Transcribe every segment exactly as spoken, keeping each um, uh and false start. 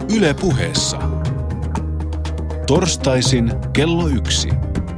Yle Puheessa. Torstaisin kello yksi.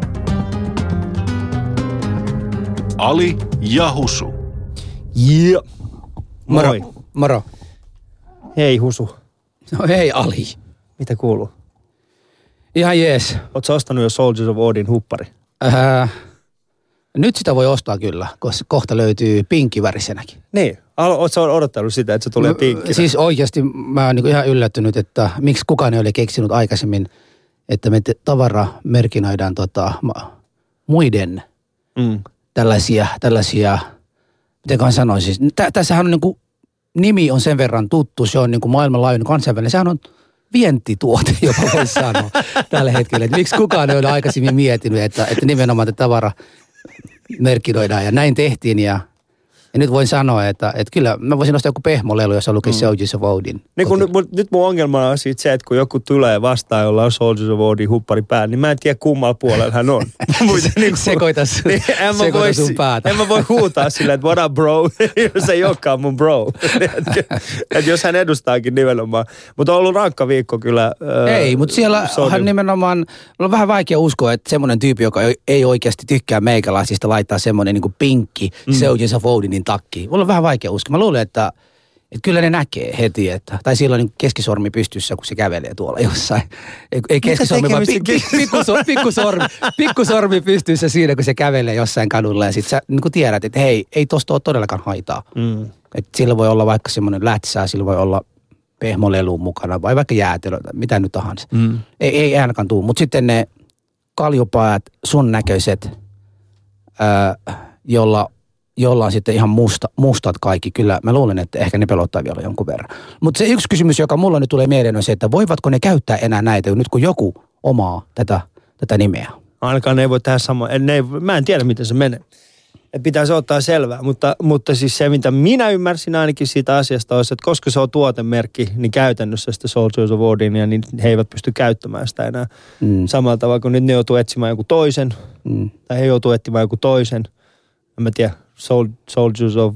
Ali ja Husu. Yeah. Moro. Moi. Moro. Hei Husu. No hei Ali. Mitä kuuluu? Ihan jees. Ootko sä ostanut jo Soldiers of Odin huppari? Äh, nyt sitä voi ostaa kyllä, koska kohta löytyy pinkkivärisenäkin. Niin. Ootko sä odottanut sitä, että se tulee pinkkinä? Siis oikeasti mä oon niinku ihan yllättynyt, että miksi kukaan ei ole keksinyt aikaisemmin, että me te- tavara merkinoidaan tota, ma- muiden Mm. tällaisia, tällaisia, miten mä sanoisin. Tä- tässähän on niinku, nimi on sen verran tuttu, se on niinku maailmanlaajuinen kansainvälinen, sehän on vientituote, jopa voisi sanoa tällä hetkellä. Että miksi kukaan ei ole aikaisemmin miettinyt, että, että nimenomaan tämä tavara merkinoidaan ja näin tehtiin ja Ja nyt voin sanoa, että, että kyllä mä voisin nostaa joku pehmolelu, jos on lukee mm. Soldiers of Odin. Niin kun nyt, nyt mun ongelma on siitä se, että kun joku tulee vastaan, jolla on Soldiers of Odin huppari päällä, niin mä en tiedä kummalla puolella hän on. niin sekoita sun, niin, sekoita sun päätä. En mä voi huutaa silleen, että what up bro, jos ei olekaan mun bro. Että jos hän edustaakin nimenomaan. Mutta on ollut rankka viikko kyllä. Ei, mutta siellä Soldier. Hän nimenomaan, mulla on vähän vaikea uskoa, että semmoinen tyyppi, joka ei oikeasti tykkää meikäläisistä, laittaa semmoinen niin kuin pinkki mm. Soldiers of Odinin takkiin. Mulla on vähän vaikea uskoa. Mä luulen, että, että kyllä ne näkee heti, että, tai sillä on niin keskisormi pystyssä, kun se kävelee tuolla jossain. Ei, ei keskisormi, vaan pik, pik, pikkusormi, pikkusormi, pikkusormi pystyssä siinä, kun se kävelee jossain kadulla. Ja sit sä niin kuin tiedät, että hei, ei tosta ole todellakaan haitaa. Mm. Että sillä voi olla vaikka semmoinen lätsää, sillä voi olla pehmolelu mukana, vai vaikka jäätelö, mitä nyt tahansa. Mm. Ei, ei ainakaan tule. Mutta sitten ne kaljupäät, sun näköiset, äh, jolla... jolla on sitten ihan musta, mustat kaikki. Kyllä mä luulen, että ehkä ne pelottaa vielä jonkun verran. Mutta se yksi kysymys, joka mulla nyt tulee mieleen, on se, että voivatko ne käyttää enää näitä, nyt kun joku omaa tätä, tätä nimeä? Ainakaan ne ei voi tehdä samaa. Mä en tiedä, miten se menee. Et pitäisi ottaa selvää, mutta, mutta siis se, mitä minä ymmärsin ainakin siitä asiasta, on se, että koska se on tuotemerkki, niin käytännössä sitä Soldiers of Odinia, niin he eivät pysty käyttämään sitä enää mm. samalla tavalla, kun nyt ne joutuu etsimään joku toisen, mm. tai he joutuu etsimään joku toisen. En mä tiedä. Soldiers of...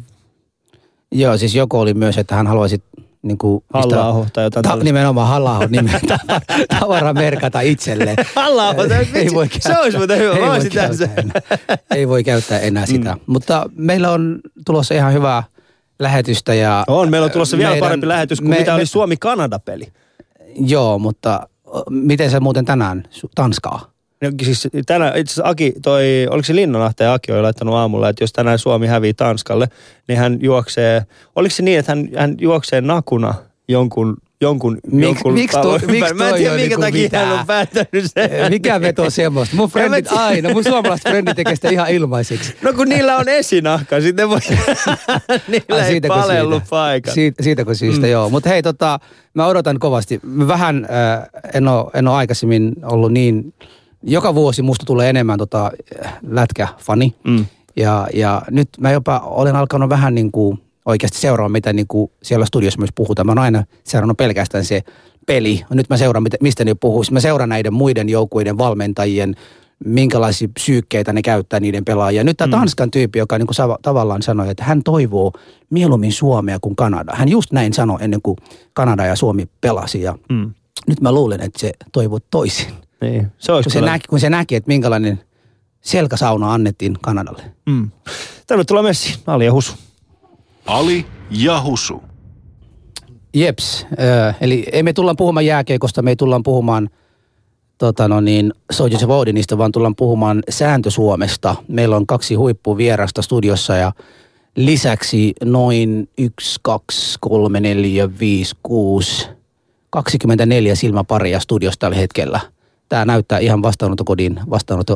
Joo, siis joku oli myös, että hän haluaisi niin kuin... Halla-aho tai jotain ta- Nimenomaan Halla-aho nimen tavara merkata itselleen. Halla-aho, se olisi muuten hyvä. Mä olisin tässä. Ei voi käyttää enää sitä. Mm. Mutta meillä on tulossa ihan hyvää lähetystä ja... On, meillä on tulossa vielä meidän, parempi lähetys kuin me, mitä me, oli Suomi-Kanada-peli. Joo, mutta miten sä muuten tänään Tanskaa? No, siis tänään itse asiassa Aki, toi, oliko se Linnanahteen Aki oli laittanut aamulla, että jos tänään Suomi hävii Tanskalle, niin hän juoksee, oliko se niin, että hän, hän juoksee nakuna jonkun, jonkun, Mik, jonkun miksi toi, miksi Mä en tiedä, minkä niin takia mitään. hän on päättänyt sen. Mikä veto semmoista? Mun frendit aina, mun suomalaiset frendit tekee sitä ihan ilmaiseksi. No kun niillä on esinahka, sitten voi, niillä ah, ei palellu paikat. Siitä, siitäkö syystä, mm. joo. Mutta hei, tota, mä odotan kovasti. Mä vähän äh, en, ole, en ole aikaisemmin ollut niin... Joka vuosi musta tulee enemmän tota lätkäfani. Mm. Ja, ja nyt mä jopa olen alkanut vähän niin kuin oikeasti seuraamaan, mitä niin kuin siellä studiossa myös puhutaan. Mä oon aina seurannut pelkästään se peli. Nyt mä seuraan, mistä ne puhuu. Mä seuraan näiden muiden joukkueiden valmentajien, minkälaisia psyykkeitä ne käyttää niiden pelaajia. Nyt tämä mm. Tanskan tyyppi, joka niin kuin tavallaan sanoi, että hän toivoo mieluummin Suomea kuin Kanada. Hän just näin sanoi ennen kuin Kanada ja Suomi pelasi. Ja mm. nyt mä luulen, että se toivoo toisin. Niin. Se kun, se näki, kun se näki, että minkälainen selkäsauna annettiin Kanadalle. Mm. Tervetuloa messiin, Ali ja Husu. Ali ja Husu. Jeps, äh, eli ei me tullaan puhumaan jääkeikosta, me ei tullaan puhumaan tota no niin, Soldiers of Odinista, vaan tullaan puhumaan Sääntö-Suomesta. Meillä on kaksi huippuvierasta studiossa ja lisäksi noin yksi, kaksi, kolme, neljä, viisi, kuusi, kaksikymmentäneljä silmäparia studiosta tällä hetkellä. Tämä näyttää ihan vastaanottokodin vastaanotto.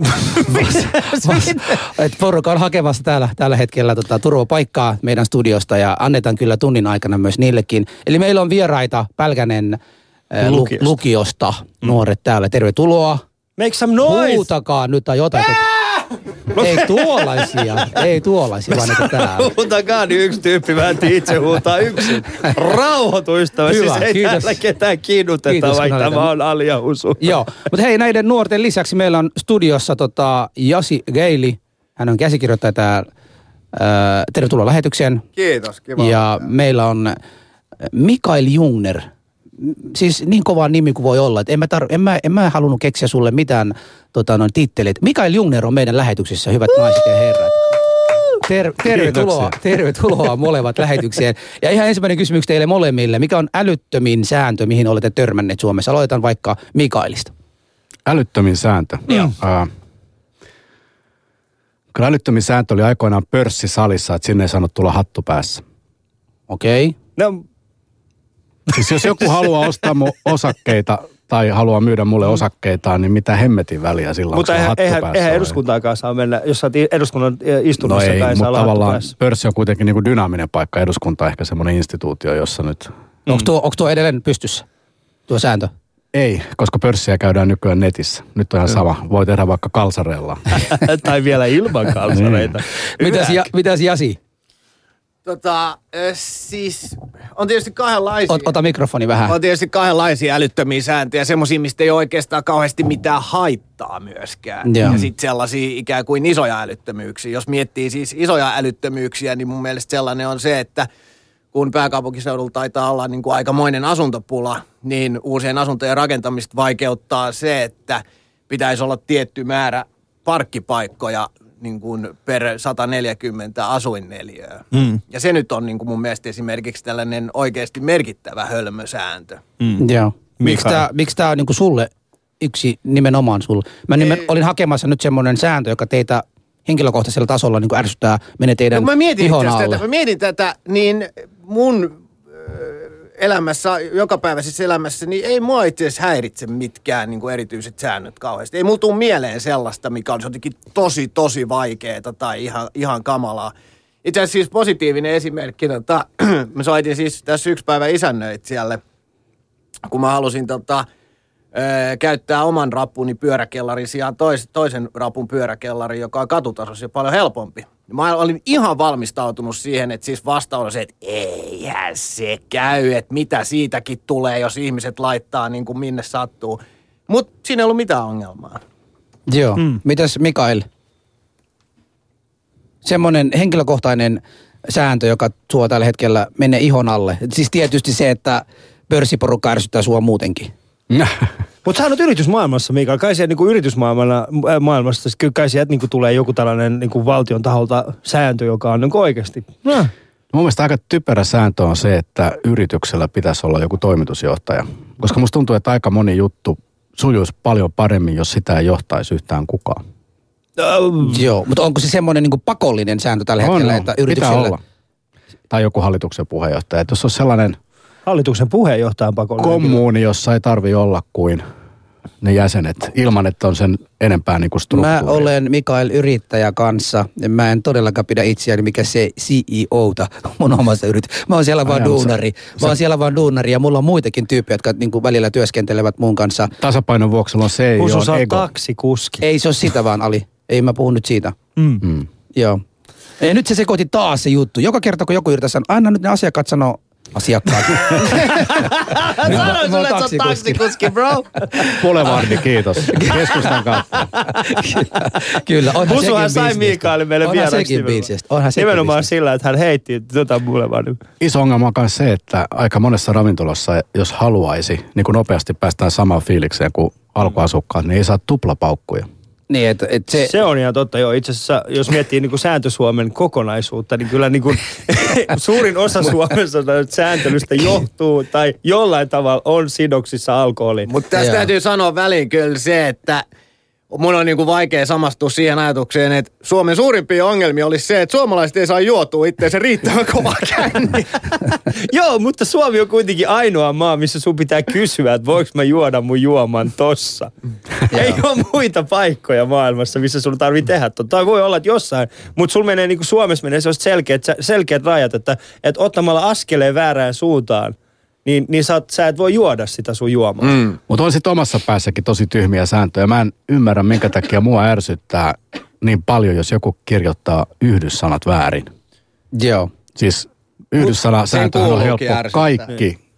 Että porukka on hakemassa täällä, tällä hetkellä tota, turvapaikkaa meidän studiosta ja annetaan kyllä tunnin aikana myös niillekin. Eli meillä on vieraita Pälkänen äh, lukiosta, lukiosta mm. nuoret täällä. Tervetuloa. Make some noise! Huutakaa nyt tai jotain. Ei tuollaisia, ei tuollaisia, vaan että täällä. Huutakaa, niin yksi tyyppi väänti itse huutaa yksin. Rauhoituista, siis ei kiitos. Täällä ketään kiinnuteta, kiitos, vaikka tämä on Ali ja Husu. Joo, mutta hei, näiden nuorten lisäksi meillä on studiossa tota, Jasi Geili. Hän on käsikirjoittaja täällä. Äh, tervetuloa lähetykseen. Kiitos, kiva. Ja meillä on Mikael Jungner siis niin kova nimi kuin voi olla. Että en, mä tar- en, mä, en mä halunnut keksiä sulle mitään tota, noin tittelit. Mikael Jungner on meidän lähetyksessä, hyvät naiset ja herrat. Ter- tervetuloa, tervetuloa molemmat lähetykseen. Ja ihan ensimmäinen kysymys teille molemmille. Mikä on älyttömin sääntö, mihin olette törmänneet Suomessa? Aloitetaan vaikka Mikaelista. Älyttömin sääntö? Joo. Uh, kyllä älyttömin sääntö oli aikoinaan pörssisalissa, että sinne ei saanut tulla hattu päässä. Okei. Okay. No. Siis jos joku haluaa ostaa mun osakkeita tai haluaa myydä mulle osakkeitaan, niin mitä hemmetin väliä silloin, mutta eihän, eihän, eihän eduskuntaakaan saa mennä, jos sä oot eduskunnan istunnossa. No ei, ei mutta tavallaan pörssi on kuitenkin niin kuin dynaaminen paikka. Eduskunta on ehkä semmoinen instituutio, jossa nyt... Mm. Onko, tuo, onko tuo edelleen pystyssä, tuo sääntö? Ei, koska pörssiä käydään nykyään netissä. Nyt on ihan sama. Voi tehdä vaikka kalsareilla. Tai vielä ilman kalsareita. Mitäs, ja, mitäs Jasi? Tota, siis on tietysti kahdenlaisia. Ot, ota mikrofoni vähän. On tietysti kahdenlaisia älyttömiä sääntöjä. Semmoisia, mistä ei ole oikeastaan kauheasti mitään haittaa myöskään. Joo. Ja sitten sellaisia ikään kuin isoja älyttömyyksiä. Jos miettii siis isoja älyttömyyksiä, niin mun mielestä sellainen on se, että kun pääkaupunkiseudulla taitaa olla niin kuin aikamoinen asuntopula, niin uusien asuntojen rakentamista vaikeuttaa se, että pitäisi olla tietty määrä parkkipaikkoja niin kuin per sata neljäkymmentä asuinneliöä. Mm. Ja se nyt on niin kuin mun mielestä esimerkiksi tällainen oikeasti merkittävä hölmösääntö. Mm. Joo. Miksi tämä miksi tää on niin kuin sulle yksi nimenomaan sulle? Mä nimen, Ei. olin hakemassa nyt semmoinen sääntö, joka teitä henkilökohtaisella tasolla niin kuin ärsyttää, menee teidän no, mä mietin ihon alle. Tätä, mä mietin tätä, niin mun elämässä, jokapäiväisessä elämässä, niin ei mua itse asiassa häiritse mitkään niin kuin erityiset säännöt kauheasti. Ei mulla tule mieleen sellaista, mikä olisi jotenkin tosi, tosi vaikeaa tai ihan, ihan kamalaa. Itse asiassa siis positiivinen esimerkki, tota, mä soitin siis tässä yksi päivä isännöitsijälle, kun mä halusin tota, ö, käyttää oman rappuni pyöräkellarin sijaan tois, toisen rapun pyöräkellarin, joka on katutasossa ja paljon helpompi. Mä olin ihan valmistautunut siihen, että siis vastaus on se, että eihän se käy, että mitä siitäkin tulee, jos ihmiset laittaa niin kuin minne sattuu. Mutta siinä ei ollut mitään ongelmaa. Joo. Mm. Mitäs Mikael? Semmoinen henkilökohtainen sääntö, joka sua tällä hetkellä menee ihon alle. Siis tietysti se, että pörssiporukka ärsyttää sua muutenkin. Mutta sä oot yritysmaailmassa, Mikael. Kai siellä niinku yritysmaailmassa, kyllä kai sieltä niinku tulee joku tällainen niinku valtion taholta sääntö, joka on niinku oikeasti. No. Mun mielestä aika typerä sääntö on se, että yrityksellä pitäisi olla joku toimitusjohtaja. Koska musta tuntuu, että aika moni juttu sujuisi paljon paremmin, jos sitä ei johtaisi yhtään kukaan. Um. Joo, mutta onko se semmoinen niinku pakollinen sääntö tällä hetkellä, on, että yrityksellä... pitää olla. Tai joku hallituksen puheenjohtaja. Että jos on sellainen... Hallituksen puheenjohtajan pakollinen. Kommuuni, jossa ei tarvi olla kuin ne jäsenet, ilman että on sen enempää niin kuin struktuuria. Mä olen Mikael yrittäjä kanssa. Mä en todellakaan pidä itseäni mikä se C E O:ta mun omassa yrityksessä. Mä oon siellä vaan duunari. Mä oon siellä vaan duunari ja mulla on muitakin tyyppejä, jotka niin kuin välillä työskentelevät mun kanssa. Tasapainon vuoksi on C E O Husu, ego. taksikuski. Ei se ole sitä vaan, Ali. Ei mä puhun nyt siitä. Mm. Mm. Joo. Ja nyt se sekoitti taas se juttu. Joka kerta kun joku yrittää sanoa, aina nyt ne asiakkaat sanoo, asiakkaat. Sanoin sulle, että sä oot taksikuski, bro. Boulevard, kiitos. Keskustan kautta. Kyllä, onhan Husuhan sekin sai Mikaelin meille onhan vieraksi. Sekin bisnestä. Onhan sekin nimenomaan bisnestä. sillä, että hän heitti tota Boulevardin. Iso ongelma on myös se, että aika monessa ravintolassa, jos haluaisi, niin kuin nopeasti päästään samaan fiilikseen kuin alkuasukkaat, niin ei saa tuplapaukkuja. Niin, et, et se... se on ihan totta, joo. Itse asiassa, jos miettii niin kuin sääntö-Suomen kokonaisuutta, niin kyllä niin kuin, suurin osa Suomessa sääntelystä johtuu tai jollain tavalla on sidoksissa alkoholiin. Mutta tässä täytyy sanoa väliin kyllä se, että mun on niinku vaikea samastua siihen ajatukseen, että Suomen suurimpia ongelmia olisi se, että suomalaiset ei saa juotua itseensä riittävän kovaa känniä. Joo, mutta Suomi on kuitenkin ainoa maa, missä sun pitää kysyä, että voiko mä juoda mun juoman tossa. Ei ole muita paikkoja maailmassa, missä sun tarvii tehdä totta. Tai voi olla, että jossain, mutta sulla menee niin kuin Suomessa menee sellaiset selkeät, selkeät rajat, että, että ottamalla askeleen väärään suuntaan, Niin, niin sä, sä et voi juoda sitä sun juomaa. Mm. Mutta on sit omassa päässäkin tosi tyhmiä sääntöjä. Mä en ymmärrä, minkä takia mua ärsyttää niin paljon, jos joku kirjoittaa yhdyssanat väärin. Joo. Siis yhdyssanasääntöhän on helppo. Kaikki,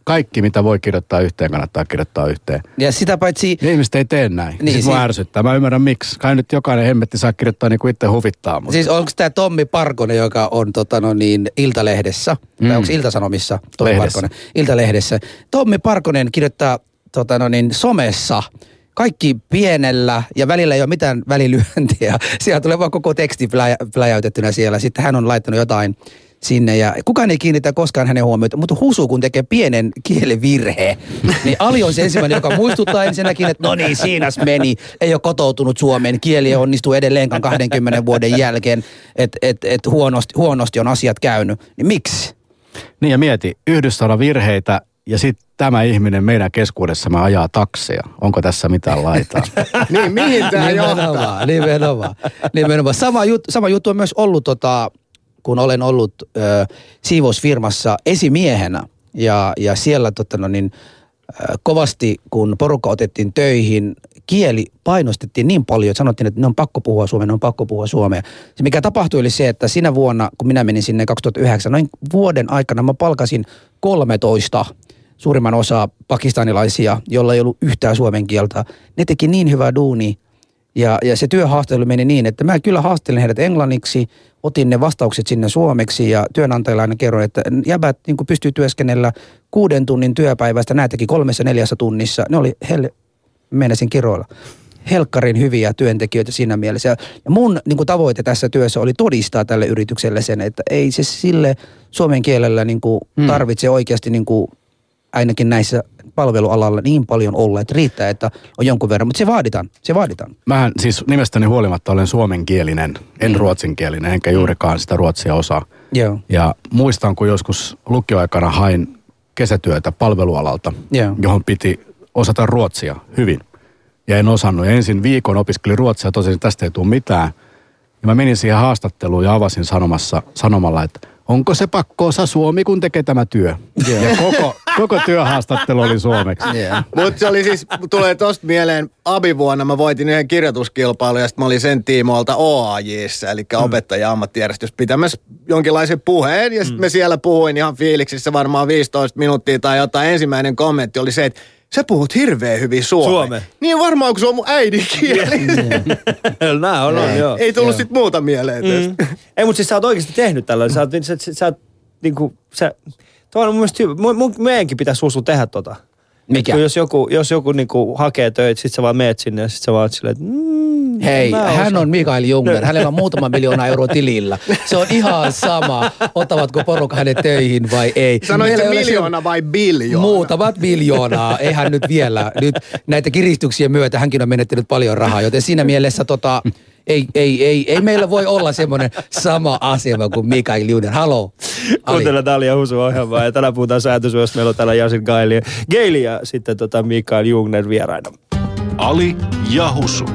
kaikki, mitä voi kirjoittaa yhteen, kannattaa kirjoittaa yhteen. Ja sitä paitsi... Ne ihmiset ei tee näin. Niin, siis si- mua ärsyttää. Mä ymmärrän miksi. Kai nyt jokainen hemmetti saa kirjoittaa niin kuin itse huvittaa. Mutta... Siis onko tämä Tommi Parkonen, joka on tota, no niin, Iltalehdessä, mm. tai onko Iltasanomissa? Tommi Lehdessä. Parkonen. Iltalehdessä. Tommi Parkonen kirjoittaa tota, no niin, somessa kaikki pienellä ja välillä ei ole mitään välilyöntiä. Siellä tulee vaan koko teksti plä- pläjäytettynä siellä. Sitten hän on laittanut jotain sinne ja kukaan ei kiinnitä koskaan hänen huomiota, mutta Husu kun tekee pienen kielivirheen, niin Ali on se ensimmäinen, joka muistuttaa ensinnäkin, että no niin, siinas meni, ei ole kotoutunut Suomeen, kieli onnistuu edelleenkaan kahdenkymmenen vuoden jälkeen, että et, et huonosti, huonosti on asiat käynyt. Niin miksi? Niin ja mieti, yhdyssanan virheitä ja sitten tämä ihminen meidän keskuudessamme ajaa takseja. Onko tässä mitään laitaa? Niin, mihin tämä johtaa? Nimenomaan, nimenomaan. nimenomaan. Sama, jut, sama juttu on myös ollut, tota, kun olen ollut ö, siivousfirmassa esimiehenä. Ja, ja siellä tota, no niin, ö, kovasti, kun porukka otettiin töihin, kieli painostettiin niin paljon, että sanottiin, että ne on pakko puhua suomea, ne on pakko puhua suomea. Se mikä tapahtui oli se, että sinä vuonna, kun minä menin sinne kaksituhattayhdeksän, noin vuoden aikana mä palkasin kolmetoista suurimman osa pakistanilaisia, joilla ei ollut yhtään suomen kieltä. Ne teki niin hyvää duunia ja, ja se työhaastelu meni niin, että mä kyllä haastelin heidät englanniksi, otin ne vastaukset sinne suomeksi ja työnantajille aina kerroin, että jäbät niin pystyy työskennellä kuuden tunnin työpäivästä, nämä teki kolmessa neljässä tunnissa. Ne oli, helle, meinasin kiroilla, helkkarin hyviä työntekijöitä siinä mielessä. Ja mun niin kuin tavoite tässä työssä oli todistaa tälle yritykselle sen, että ei se sille suomen kielellä niin kuin tarvitse oikeasti niin kuin ainakin näissä palvelualalla niin paljon olla, että riittää, että on jonkun verran, mutta se vaaditaan, se vaaditaan. Mähän siis nimestäni huolimatta olen suomenkielinen, en mm. ruotsinkielinen, enkä juurikaan sitä ruotsia osaa. Joo. Ja muistan, kun joskus lukioaikana hain kesätyötä palvelualalta, Joo. johon piti osata ruotsia hyvin. Ja en osannut. Ja ensin viikon opiskelin ruotsia, tosin tästä ei tule mitään. Ja mä menin siihen haastatteluun ja avasin sanomassa, sanomalla, että onko se pakko osa suomi, kun tekee tämä työ? Yeah. Ja koko, koko työhaastattelu oli suomeksi. Yeah. Mutta se oli siis, tulee tosta mieleen, abivuonna mä voitin yhden kirjoituskilpailun ja sitten mä olin sen tiimoilta O A J:ssä, eli mm. opettaja-ammattijärjestys pitämässä jonkinlaisen puheen. Ja sitten mm. me siellä puhuin ihan fiiliksissä varmaan viisitoista minuuttia tai jotain. Ensimmäinen kommentti oli se, että sä puhut hirveän hyvin suomea. Suome. Niin varmaan, kun se on mun äidinkieli. Yeah. Nää on, on, joo. Ei tullut joo. sit muuta mieleen tästä. Mm. Ei, mutta siis sä oot oikeasti tehnyt tällainen. Sä oot, sä, sä, sä oot niinku, sä, tuo on mun mielestä hyvä. Mun, mun, meidänkin pitäisi Susu tehdä tota. Mikä? Kun jos joku, jos joku niinku hakee töitä, sit sä vaan meet sinne ja sit sä vaan silleen, että mm, hei, hän on Mikael Jungner. Hänellä on muutama miljoona euroa tilillä. Se on ihan sama, ottavatko porukka hänet töihin vai ei. Sanoit se miljoona vai biljoona? Muutamat miljoonaa. Ei hän nyt vielä. Nyt näitä kiristyksiä myötä hänkin on menettänyt paljon rahaa, joten siinä mielessä tota... Ei, ei, ei, ei meillä voi olla semmoinen sama asema kuin Mikael Jungner. Haloo. Kuuntelen Tali ja Husu ohjelmaa ja tänään puhutaan sääntösuosta. Meillä on täällä Yasin Gaili, Gaili ja sitten tota Mikael Jungner vieraina. Ali ja Husu.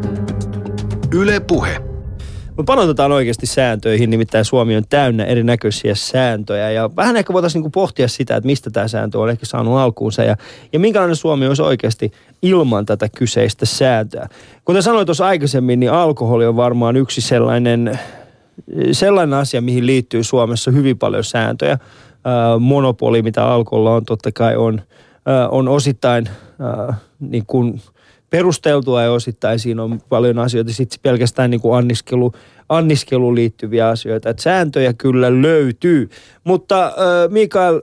Yle Puhe. Me panotetaan oikeasti sääntöihin, nimittäin Suomi on täynnä erinäköisiä sääntöjä. Ja vähän ehkä voitaisiin niinku pohtia sitä, että mistä tämä sääntö on ehkä saanut alkuunsa. Ja, ja minkälainen Suomi olisi oikeasti ilman tätä kyseistä sääntöä. Kuten sanoin tuossa aikaisemmin, niin alkoholi on varmaan yksi sellainen, sellainen asia, mihin liittyy Suomessa hyvin paljon sääntöjä. Ää, monopoli, mitä alkoholilla on, totta kai on, ää, on osittain ää, niin kuin perusteltua ja osittain siinä on paljon asioita. Sitten pelkästään niin kuin anniskelu, anniskeluun liittyviä asioita. Että sääntöjä kyllä löytyy. Mutta äh, Mikael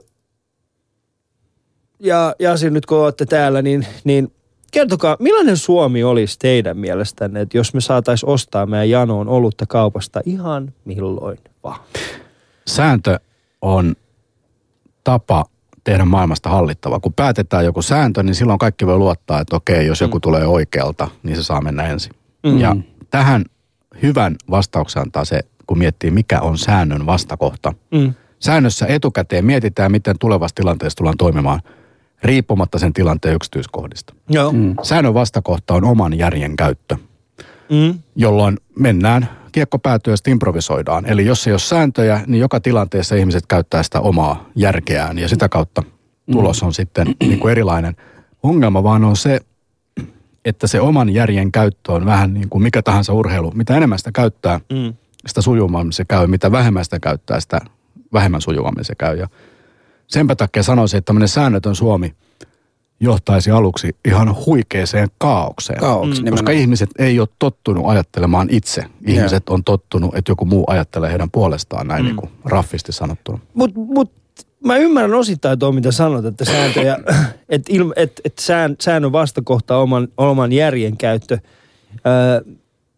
ja Jasi, nyt kun olette täällä, niin, niin kertokaa, millainen Suomi olisi teidän mielestänne, että jos me saataisiin ostaa meidän janoon olutta kaupasta ihan milloin vaan? Sääntö on tapa tehdä maailmasta hallittava. Kun päätetään joku sääntö, niin silloin kaikki voi luottaa, että okei, jos joku mm. tulee oikealta, niin se saa mennä ensin. Mm. Ja tähän hyvän vastauksen antaa se, kun miettii, mikä on säännön vastakohta. Mm. Säännössä etukäteen mietitään, miten tulevassa tilanteessa tullaan toimimaan, riippumatta sen tilanteen yksityiskohdista. Joo. Mm. Säännön vastakohta on oman järjen käyttö, mm. jolloin mennään kiekko päätyy ja sitten improvisoidaan. Eli jos ei ole sääntöjä, niin joka tilanteessa ihmiset käyttää sitä omaa järkeään ja sitä kautta tulos on sitten niin kuin erilainen. Ongelma vaan on se, että se oman järjen käyttö on vähän niin kuin mikä tahansa urheilu. Mitä enemmän sitä käyttää, sitä sujuvammin se käy. Mitä vähemmän sitä käyttää, sitä vähemmän sujuvammin se käy. Ja senpä takia sanoisin, että tämmöinen säännötön Suomi johtaisi aluksi ihan huikeeseen kaaukseen. Kaauks, mm. Koska ihmiset ei ole tottunut ajattelemaan itse. Ihmiset yeah. on tottunut, että joku muu ajattelee heidän puolestaan, näin mm. niin kuin raffisti sanottuna. Mutta mut, mä ymmärrän osittain tuo, mitä sanot, että sääntöjä, että et, et sään, säännön vastakohta oman, oman järjen käyttö. Öö,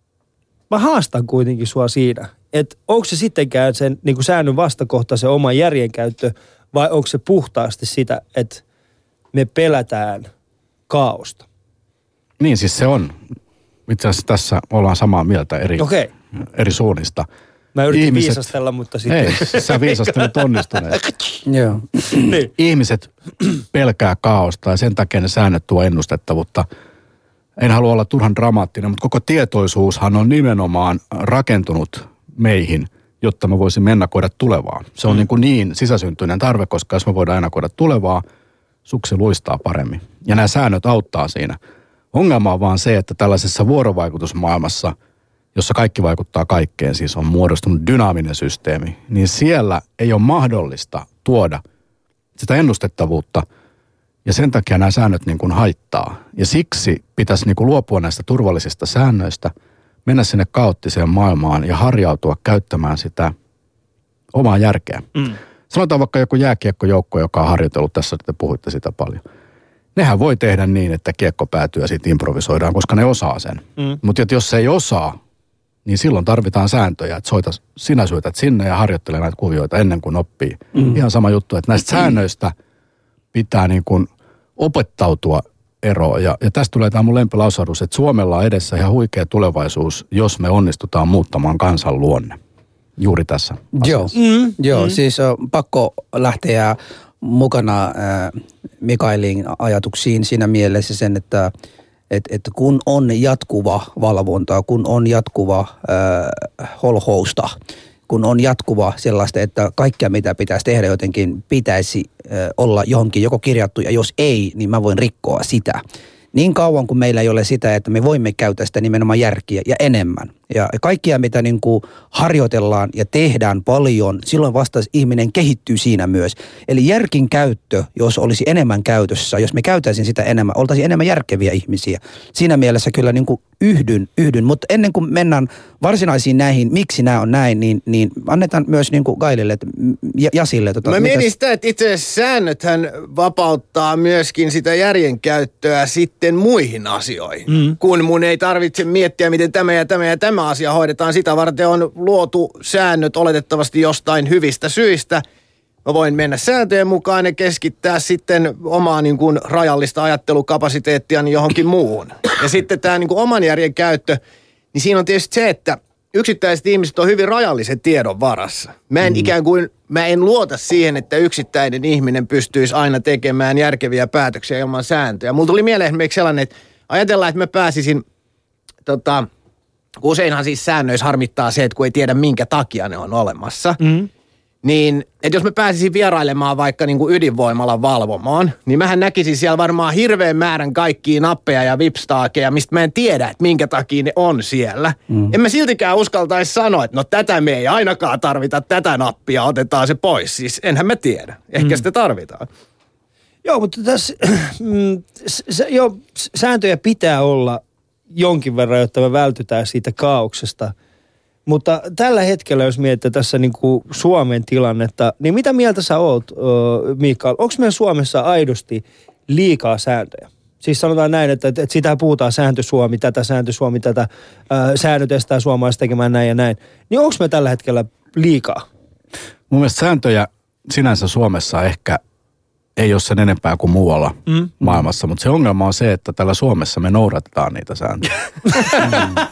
mä haastan kuitenkin sua siinä, että onko se sittenkään sen niin kuin säännön vastakohta se oma järjen käyttö, vai onko se puhtaasti sitä, että me pelätään kaaosta? Niin siis se on. Itse asiassa tässä ollaan samaa mieltä eri, okay. eri suunnista. Mä yritin Ihmiset, viisastella, mutta sitten... Ei, sä viisastelet onnistuneet. Joo. Niin. Ihmiset pelkää kaaosta ja sen takia ne säännöt tuo ennustettavuutta. En halua olla turhan dramaattinen, mutta koko tietoisuushan on nimenomaan rakentunut meihin, jotta me voisimme ennakoida tulevaa. Se on mm. niin, kuin niin sisäsyntyinen tarve, koska jos me voidaan ennakoida tulevaa, suksi luistaa paremmin. Ja nämä säännöt auttaa siinä. Ongelma on vaan se, että tällaisessa vuorovaikutusmaailmassa, jossa kaikki vaikuttaa kaikkeen, siis on muodostunut dynaaminen systeemi, niin siellä ei ole mahdollista tuoda sitä ennustettavuutta, ja sen takia nämä säännöt niin kuin haittaa. Ja siksi pitäisi niin kuin luopua näistä turvallisista säännöistä, mennä sinne kaoottiseen maailmaan ja harjautua käyttämään sitä omaa järkeä. Mm. Sanotaan vaikka joku jääkiekkojoukko, joka on harjoitellut tässä, että te puhuitte sitä paljon. Nehän voi tehdä niin, että kiekko päätyy ja sitten improvisoidaan, koska ne osaa sen. Mm. Mutta jos se ei osaa, niin silloin tarvitaan sääntöjä, että soita, sinä syötät sinne ja harjoittele näitä kuvioita ennen kuin oppii. Mm. Ihan sama juttu, että näistä säännöistä pitää niin kuin opettautua eroon. Ja, ja tästä tulee tämä mun lempilausahdus, että Suomella on edessä ihan huikea tulevaisuus, jos me onnistutaan muuttamaan kansan luonne. Juuri tässä asiassa. Joo, mm. Joo mm. siis on pakko lähteä mukana äh, Mikaelin ajatuksiin siinä mielessä sen, että et, et kun on jatkuva valvonta, kun on jatkuva äh, holhousta, kun on jatkuva sellaista, että kaikkea mitä pitäisi tehdä jotenkin pitäisi äh, olla johonkin joko kirjattu, ja jos ei, niin mä voin rikkoa sitä. Niin kauan kuin meillä ei ole sitä, että me voimme käyttää sitä nimenomaan järkiä ja enemmän. Ja kaikkia, mitä niin kuin harjoitellaan ja tehdään paljon, silloin vasta ihminen kehittyy siinä myös. Eli järkin käyttö, jos olisi enemmän käytössä, jos me käytäisiin sitä enemmän, oltaisiin enemmän järkeviä ihmisiä. Siinä mielessä kyllä niin kuin yhdyn, yhdyn. Mutta ennen kuin mennään varsinaisiin näihin, miksi nämä on näin, niin, niin annetaan myös niin kuin Gailille ja Jasille. Tota, Mä mietin mitäs... sitä, että itse asiassa säännöthän vapauttaa myöskin sitä järjen käyttöä sitten muihin asioihin. Mm. Kun mun ei tarvitse miettiä, miten tämä ja tämä ja tämä asia hoidetaan. Sitä varten on luotu säännöt oletettavasti jostain hyvistä syistä. Mä voin mennä sääntöjen mukaan ja keskittää sitten omaa niin kuin rajallista ajattelukapasiteettiani johonkin muuhun. Ja sitten tämä niin kuin oman järjen käyttö, niin siinä on tietysti se, että yksittäiset ihmiset on hyvin rajallisen tiedon varassa. Mä en mm. ikään kuin, mä en luota siihen, että yksittäinen ihminen pystyisi aina tekemään järkeviä päätöksiä ilman sääntöjä. Mulla tuli mieleen esimerkiksi sellainen, että ajatellaan, että mä pääsisin, tota, useinhan siis säännöissä harmittaa se, että kun ei tiedä minkä takia ne on olemassa. Mm. Niin, että jos mä pääsisin vierailemaan vaikka niin kuin ydinvoimalan valvomaan, niin mähän näkisin siellä varmaan hirveän määrän kaikkia nappeja ja vipstaakeja, mistä mä en tiedä, että minkä takia ne on siellä. Mm. En mä siltikään uskaltaisi sanoa, että no tätä me ei ainakaan tarvita, tätä nappia, otetaan se pois. Siis enhän mä tiedä. Ehkä mm. sitä tarvitaan. Joo, mutta tässä s- jo, sääntöjä pitää olla jonkin verran, jotta me vältytään siitä kaauksesta. Mutta tällä hetkellä, jos mietitään tässä niin kuin Suomen tilannetta, niin mitä mieltä sä oot, Mikael? Onko meillä Suomessa aidosti liikaa sääntöjä? Siis sanotaan näin, että, että sitä puhutaan sääntö Suomi, tätä sääntö Suomi, tätä ää, säännöt estää suomalaiset tekemään näin ja näin. Niin onko me tällä hetkellä liikaa? Mun mielestä sääntöjä sinänsä Suomessa ehkä ei ole sen enempää kuin muualla mm. maailmassa, mutta se ongelma on se, että täällä Suomessa me noudatetaan niitä sääntöjä. mm.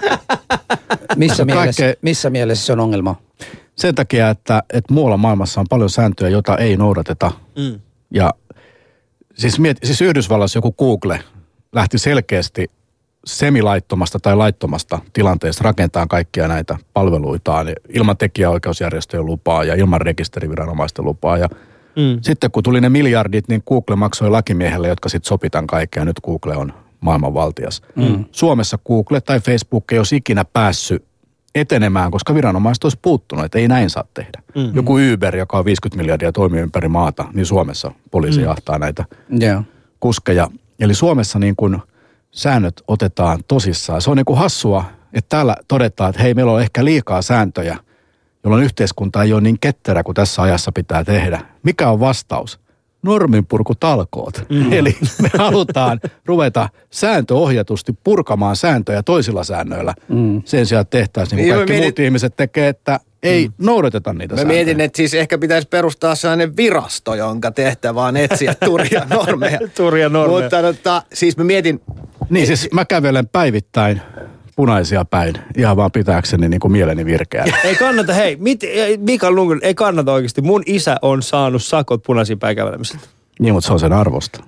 Missä mielessä, kaikkea, missä mielessä se on ongelma? Sen takia, että, että muualla maailmassa on paljon sääntöjä, joita ei noudateta. Mm. Ja siis, miet, siis Yhdysvallassa joku Google lähti selkeästi semilaittomasta tai laittomasta tilanteesta rakentaa kaikkia näitä palveluitaan ilman tekijäoikeusjärjestöjen lupaa ja ilman rekisteriviranomaisten lupaa. Ja mm. sitten kun tuli ne miljardit, niin Google maksoi lakimiehelle, jotka sitten sopitan kaikkea. Nyt Google on maailmanvaltias. Mm. Suomessa Google tai Facebook ei olisi ikinä päässyt etenemään, koska viranomaiset olisi puuttunut, että ei näin saa tehdä. Mm-hmm. Joku Uber, joka on viisikymmentä miljardia toimii ympäri maata, niin Suomessa poliisi mm. jahtaa näitä yeah. kuskeja. Eli Suomessa niin kuin säännöt otetaan tosissaan. Se on niin kuin hassua, että täällä todetaan, että hei, meillä on ehkä liikaa sääntöjä, jolloin yhteiskunta ei ole niin ketterä kuin tässä ajassa pitää tehdä. Mikä on vastaus? Norminpurkutalkoot. Mm. Eli me halutaan ruveta sääntöohjatusti purkamaan sääntöjä toisilla säännöillä. Mm. Sen sijaan tehtäisiin, niin kuin kaikki mietin... muut ihmiset tekee, että ei mm. noudateta niitä Mä sääntöjä. mietin, että siis ehkä pitäisi perustaa sellainen virasto, jonka tehtävä on etsiä turja normeja. turja normeja. Mutta tota, siis mä mietin... Niin siis mä kävelen päivittäin punaisia päin, ihan vaan pitääkseni niin kuin mieleni virkeä. Ei kannata, hei, mit, Mikael Lundgren, ei kannata oikeasti. Mun isä on saanut sakot punaisiin päin kävelemisestä. Niin, mutta se on sen arvosta.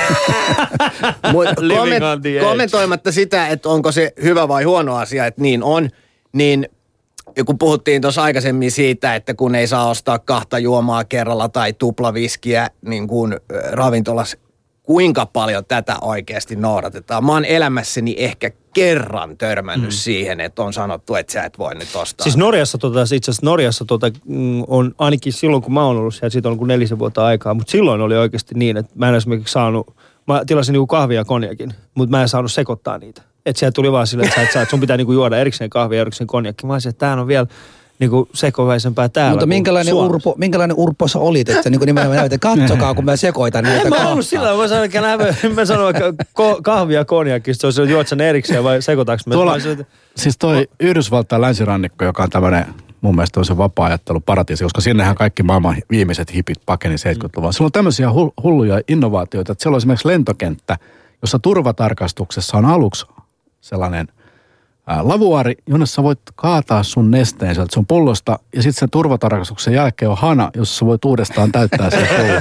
Komment, kommentoimatta sitä, että onko se hyvä vai huono asia, että niin on, niin kun puhuttiin tuossa aikaisemmin siitä, että kun ei saa ostaa kahta juomaa kerralla tai tuplaviskiä niin kuin ravintolassa, kuinka paljon tätä oikeasti noudatetaan. Mä oon elämässäni ehkä kerran törmännyt mm. siihen, että on sanottu, että sä et voi nyt ostaa. Siis Norjassa, tota, itse asiassa Norjassa tota, on ainakin silloin, kun mä oon ollut siellä, siitä on kuin nelisen vuotta aikaa, mutta silloin oli oikeasti niin, että mä en esimerkiksi saanut, mä tilasin niinku kahvia ja konjakin, mutta mä en saanut sekoittaa niitä. Että sieltä tuli vaan silleen, että, sä et saa, että sun pitää niinku juoda erikseen kahvia ja erikseen konjakki. Mä olisin, että tää on vielä niinku sekoväisempää täällä. Mutta minkälainen urpo, minkälainen urpo sä olit, että sä niinku nimenomaan näytät, katsokaa kun mä sekoitan näitä kahtaa. En mä ollut sillä, mä sanoin, että mä sanoin vaikka kahvia konjakista, se on juot sen erikseen vai sekoitaanko me? Tuolla, siis toi Yhdysvaltain länsirannikko, joka on tämmöinen mun mielestä on se vapaa-ajattelu paratiisi, koska sinnehän kaikki maailman viimeiset hipit pakeni seitsemänkymmentäluvulla. Siellä on tämmöisiä hulluja innovaatioita, että siellä on esimerkiksi lentokenttä, jossa turvatarkastuksessa on aluksi sellainen ää, lavuaari, jonne sä voit kaataa sun nesteen sieltä sun pullosta, ja sitten sen turvatarkastuksen jälkeen on hana, jossa sä voit uudestaan täyttää sen pullon.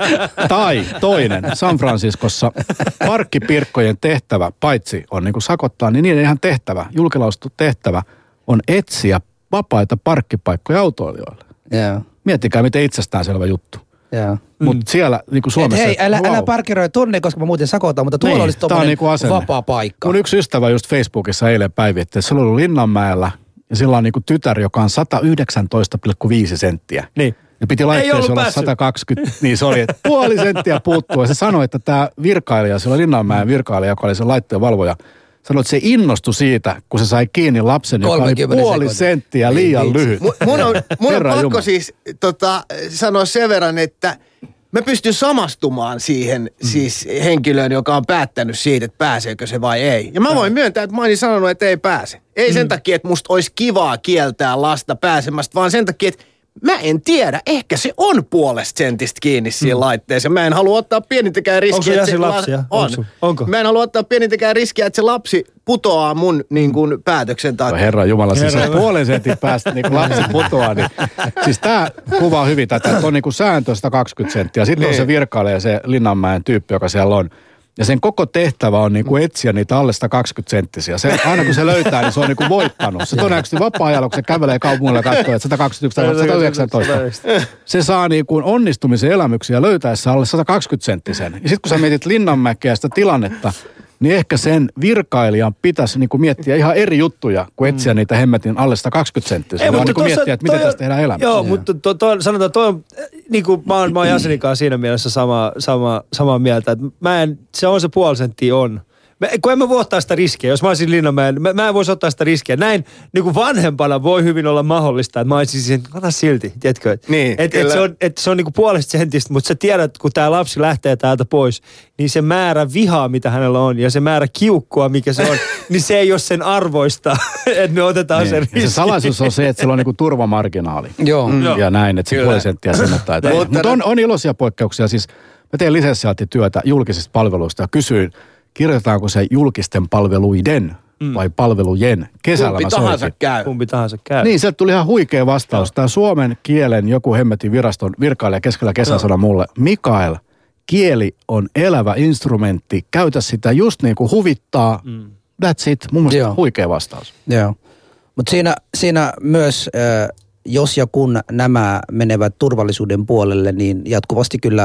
Tai toinen, San Franciscossa parkkipirkkojen tehtävä, paitsi on niin kuin sakottaa, niin niiden ihan tehtävä, julkilausuttu tehtävä, on etsiä vapaita parkkipaikkoja autoilijoille. Yeah. Miettikää, miten itsestäänselvä juttu. Yeah. Mutta siellä niin kuin Suomessa... Et hei, älä, wow. älä parkiroi tonne, koska mä muuten sakotan, mutta tuolla niin, olisi tommoinen niinku vapaa paikka. Mun yksi ystävä just Facebookissa eilen päivitti, että se oli ollut Linnanmäellä ja sillä on niinku tytär, joka on sata yhdeksäntoista pilkku viisi senttiä. Niin. Ja piti laitteessa olla sata kaksikymmentä, niin se oli, että puoli senttiä puuttuu. Ja se sanoi, että tämä virkailija, se oli Linnanmäen virkailija, joka oli sen laitteen valvoja, sanoi, että se innostui siitä, kun se sai kiinni lapsen, joka oli puoli sekuntia. senttiä liian niin, lyhyt. Mun, mun on, mun on pakko Jumala. siis tota, sanoa sen verran, että mä pystyn samastumaan siihen mm. siis henkilöön, joka on päättänyt siitä, että pääseekö se vai ei. Ja mä voin myöntää, että mä olin sanonut, että ei pääse. Ei mm. sen takia, että musta olisi kivaa kieltää lasta pääsemästä, vaan sen takia, että mä en tiedä, ehkä se on puolesta sentistä kiinni siinä mm. laitteessa. Mä en halua ottaa pienintäkään riskiä. Onko se jäsen lapsia? On. Onko? Onko? Mä en halua ottaa pienintäkään riskiä, että se lapsi putoaa mun niin kuin, päätöksen takia. Herra Jumala, siis on puolen sentin päästä niin kuin lapsi putoaa. Niin. Siis tää kuvaa hyvin tätä, että on niin kuin sääntö sata kaksikymmentä senttiä. Sitten niin. on se virkailija, se Linnanmäen tyyppi, joka siellä on. Ja sen koko tehtävä on niinku etsiä niitä alle sata kaksikymmentä senttisiä. Se, aina kun se löytää, niin se on niinku voittanut. Se todennäköisesti vapaa-ajalla, kun se kävelee kaupungilla ja katsoo, että sata kaksikymmentäyksi tai sata yhdeksäntoista. Se saa niinku onnistumisen elämyksiä löytäessä alle sata kaksikymmentä senttisen. Ja sitten kun sä mietit Linnanmäkeä sitä tilannetta, niin ehkä sen virkailijan pitäisi niinku miettiä ihan eri juttuja, kuin etsiä mm. niitä hemmetin alle sata kaksikymmentä senttisiä. Ei, vaan niinku miettiä, että miten tästä tehdään elämää. Joo, mutta to, to, sanotaan, toi on, niin kuin mä oon, mä oon Jasenin kanssa siinä mielessä sama, sama, samaa mieltä, että mä en, se on se puoli senttiä on. Mä, kun en mä voi ottaa sitä riskiä, jos mä olisin Linnanmäen, mä, mä en voisi ottaa sitä riskiä. Näin niin kuin vanhempana voi hyvin olla mahdollista, että mä olisin siihen, ota silti, tiedätkö? Niin, että et se on, et se on niin kuin puolesta sentistä, mutta sä tiedät, kun tää lapsi lähtee täältä pois, niin se määrä vihaa, mitä hänellä on, ja se määrä kiukkua, mikä se on, niin se ei ole sen arvoista, että me otetaan niin. sen riski. Ja se salaisuus on se, että sillä on niin kuin turvamarginaali. Joo. Mm. Ja näin, että se puoli senttiä sinne tai Mutta on, on iloisia poikkeuksia. Siis mä teen lisenssiaattityötä julkisista palveluista ja kysyin, kirjoitetaanko se julkisten palveluiden mm. vai palvelujen? Kesällä Kumpi tahansa käy. Kumpi tahansa käy. Niin, sieltä tuli ihan huikea vastaus. Joo. Tämä suomen kielen joku hemmetin viraston virkailija keskellä kesää sanoi mulle, Mikael, kieli on elävä instrumentti. Käytä sitä just niin kuin huvittaa. Mm. That's it. Mun mielestä Joo. huikea vastaus. Joo. Mutta siinä, siinä myös, äh, jos ja kun nämä menevät turvallisuuden puolelle, niin jatkuvasti kyllä äh,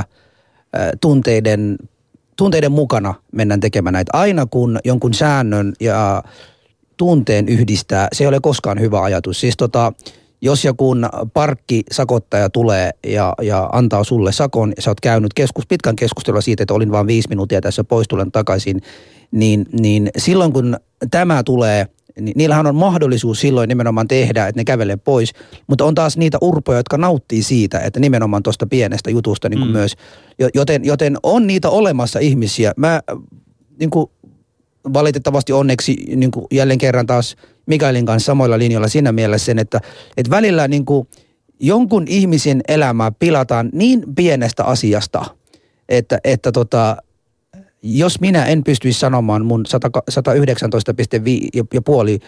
tunteiden... tunteiden mukana mennään tekemään näitä. Aina kun jonkun säännön ja tunteen yhdistää, se ei ole koskaan hyvä ajatus. Siis tota, jos ja kun parkkisakottaja tulee ja, ja antaa sulle sakon, ja sä oot käynyt keskus, pitkän keskustelua siitä, että olin vain viisi minuuttia tässä pois, tulen takaisin, niin, niin silloin kun tämä tulee, niin niillähän on mahdollisuus silloin nimenomaan tehdä, että ne kävelee pois, mutta on taas niitä urpoja, jotka nauttii siitä, että nimenomaan tuosta pienestä jutusta niin kuin mm. myös, joten, joten on niitä olemassa ihmisiä. Mä niin kuin valitettavasti onneksi niin kuin jälleen kerran taas Mikaelin kanssa samoilla linjoilla siinä mielessä sen, että, että välillä niin kuin jonkun ihmisen elämää pilataan niin pienestä asiasta, että, että tota, jos minä en pystyisi sanomaan mun sata yhdeksäntoista pilkku viisi ja puoli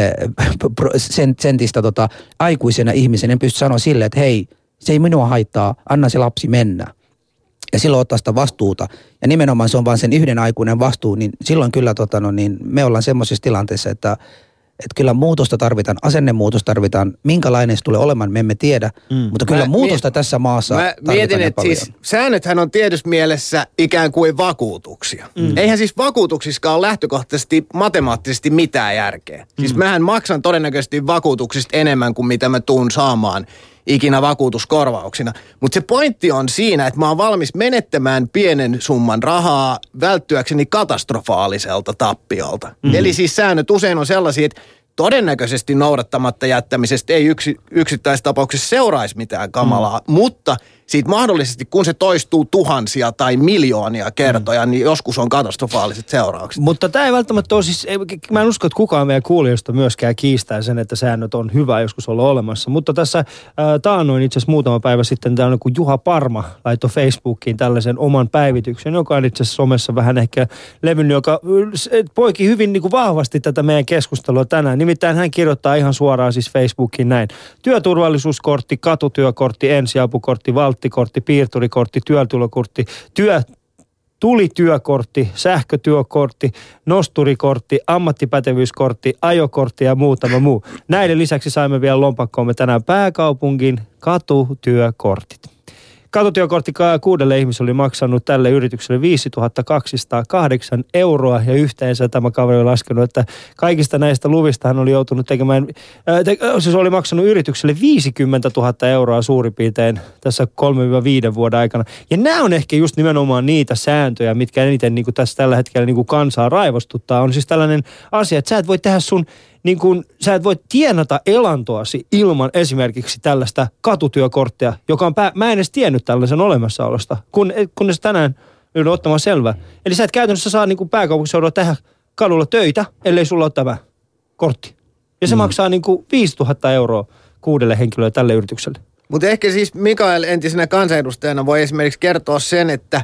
sentistä tota, aikuisena ihmisen, en pysty sanoa sille, että hei, se ei minua haittaa, anna se lapsi mennä. Ja silloin ottaa sitä vastuuta. Ja nimenomaan se on vain sen yhden aikuinen vastuu, niin silloin kyllä tota, no, niin me ollaan semmoisessa tilanteessa, että että kyllä muutosta tarvitaan, asennemuutosta tarvitaan, minkälainen se tulee olemaan, me emme tiedä, mm. mutta kyllä mä muutosta miet- tässä maassa mä mietin, että siis säännöthän on tietysti mielessä ikään kuin vakuutuksia. Mm. Eihän siis vakuutuksiskaan ole lähtökohtaisesti matemaattisesti mitään järkeä. Mm. Siis mähän maksan todennäköisesti vakuutuksista enemmän kuin mitä mä tuun saamaan ikinä vakuutuskorvauksina. Mutta se pointti on siinä, että mä oon valmis menettämään pienen summan rahaa välttyäkseni katastrofaaliselta tappiolta. Mm-hmm. Eli siis säännöt usein on sellaisia, että todennäköisesti noudattamatta jättämisestä ei yksi, yksittäistapauksessa seuraisi mitään kamalaa, mm. mutta siitä mahdollisesti, kun se toistuu tuhansia tai miljoonia kertoja, mm. niin joskus on katastrofaaliset seuraukset. Mutta tämä ei välttämättä ole siis, mä en usko, että kukaan meidän kuulijoista myöskään kiistää sen, että säännöt on hyvä joskus olla olemassa. Mutta tässä äh, taannoin itse asiassa muutama päivä sitten tällainen kuin Juha Parma laittoi Facebookiin tällaisen oman päivityksen, joka on itse asiassa somessa vähän ehkä levinnyt, joka poiki hyvin niin kuin vahvasti tätä meidän keskustelua tänään. Nimittäin hän kirjoittaa ihan suoraan siis Facebookiin näin. Työturvallisuuskortti, katutyökortti, ensiapukortti, valttikortti, piirturikortti, työtulokortti, työ, tulityökortti, sähkötyökortti, nosturikortti, ammattipätevyyskortti, ajokortti ja muutama muu. Näiden lisäksi saimme vielä lompakkoomme tänään pääkaupungin katutyökortit. Katutyökortti kuudelle ihmiselle oli maksanut tälle yritykselle viisituhatta kaksisataakahdeksan euroa ja yhteensä tämä kaveri oli laskenut, että kaikista näistä luvista hän oli joutunut tekemään, äh, te, siis oli maksanut yritykselle viisikymmentätuhatta euroa suurin piirtein tässä kolme viiden vuoden aikana. Ja nämä on ehkä just nimenomaan niitä sääntöjä, mitkä eniten niin kuin tässä tällä hetkellä niin kuin kansaa raivostuttaa. On siis tällainen asia, että sä et voi tehdä sun niin kun sä et voi tienata elantoasi ilman esimerkiksi tällaista katutyökorttia, joka on, pää, mä en edes tiennyt tällaisen olemassaolosta, kun, kunnes tänään yhdyn ottamaan selvää. Eli sä et käytännössä saa niin kuin pääkaupunkiseudulla tehdä kadulla töitä, ellei sulla ole tämä kortti. Ja se mm. maksaa niin kuin viisituhatta euroa kuudelle henkilölle tälle yritykselle. Mutta ehkä siis Mikael entisenä kansanedustajana voi esimerkiksi kertoa sen, että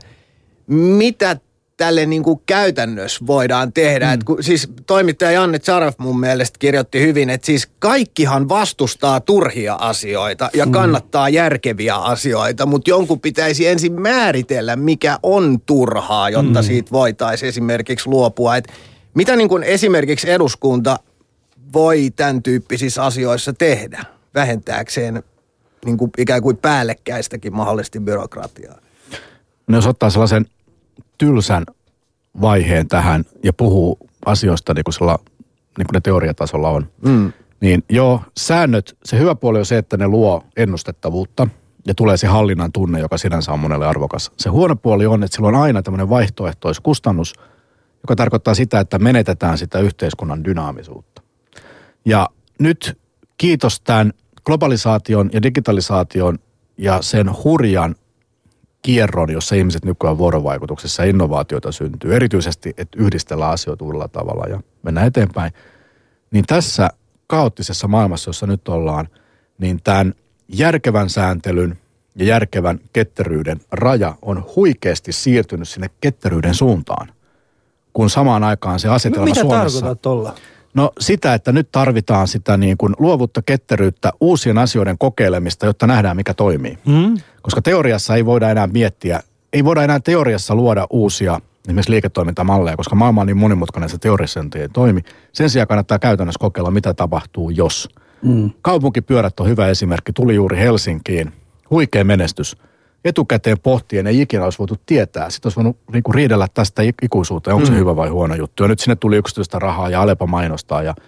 mitä tälle niin kuin käytännössä voidaan tehdä. Mm. Et kun, siis toimittaja Janne Zaref mun mielestä kirjoitti hyvin, että siis kaikkihan vastustaa turhia asioita ja kannattaa mm. järkeviä asioita, mutta jonkun pitäisi ensin määritellä, mikä on turhaa, jotta mm. siitä voitaisiin esimerkiksi luopua. Et mitä niin kuin esimerkiksi eduskunta voi tämän tyyppisissä asioissa tehdä vähentääkseen niin kuin ikään kuin päällekkäistäkin mahdollisesti byrokratiaa? No jos ottaa sellaisen tylsän vaiheen tähän ja puhuu asioista niin kuin, sella, niin kuin ne teoriatasolla on, mm. niin joo, säännöt, se hyvä puoli on se, että ne luo ennustettavuutta ja tulee se hallinnan tunne, joka sinänsä on monelle arvokas. Se huono puoli on, että sillä on aina tämmöinen vaihtoehtoiskustannus, joka tarkoittaa sitä, että menetetään sitä yhteiskunnan dynaamisuutta. Ja nyt kiitos tämän globalisaation ja digitalisaation ja sen hurjan kierron, jossa ihmiset nykyään vuorovaikutuksessa ja innovaatioita syntyy, erityisesti, että yhdistellään asioita uudella tavalla ja mennään eteenpäin, niin tässä kaoottisessa maailmassa, jossa nyt ollaan, niin tämän järkevän sääntelyn ja järkevän ketteryyden raja on huikeasti siirtynyt sinne ketteryyden suuntaan, kun samaan aikaan se asetelma Mitä Suomessa... Mitä tarkoitat tuolla? No sitä, että nyt tarvitaan sitä niin kuin luovuutta, ketteryyttä, uusien asioiden kokeilemista, jotta nähdään mikä toimii. Mm. Koska teoriassa ei voida enää miettiä, ei voida enää teoriassa luoda uusia esimerkiksi liiketoimintamalleja, koska maailma on niin monimutkainen, se teoriassa ei toimi. Sen sijaan kannattaa käytännössä kokeilla, mitä tapahtuu, jos. Mm. Kaupunkipyörät on hyvä esimerkki, tuli juuri Helsinkiin, huikea menestys. Etukäteen pohtien ei ikinä olisi voitu tietää. Sitten olisi voinut niin riidellä tästä ikuisuuteen, onko se mm. hyvä vai huono juttu. Ja nyt sinne tuli yksityistä rahaa ja Alepa mainostaa ja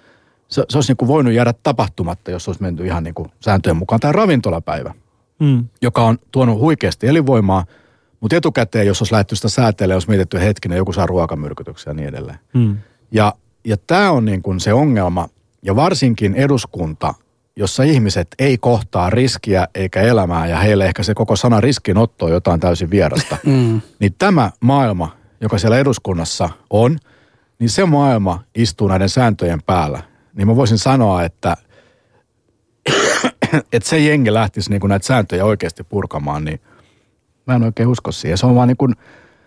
se, se olisi niin kuin voinut jäädä tapahtumatta, jos olisi menty ihan niin kuin sääntöjen mukaan. Tämä ravintolapäivä, mm. joka on tuonut huikeasti elinvoimaa, mutta etukäteen, jos olisi lähdetty sitä säätelemään, olisi mietitty hetkinen, joku saa ruokamyrkytyksiä ja niin edelleen. Mm. Ja, ja tämä on niin kuin se ongelma, ja varsinkin eduskunta, jossa ihmiset ei kohtaa riskiä eikä elämää, ja heille ehkä se koko sana riskinotto on jotain täysin vierasta. Mm. Niin tämä maailma, joka siellä eduskunnassa on, niin se maailma istuu näiden sääntöjen päällä. Niin mä voisin sanoa, että, että se jengi lähtisi niin kuin näitä sääntöjä oikeasti purkamaan, niin mä en oikein usko siihen. Se on vaan niin kuin,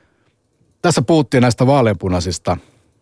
tässä puhuttiin näistä vaaleanpunaisista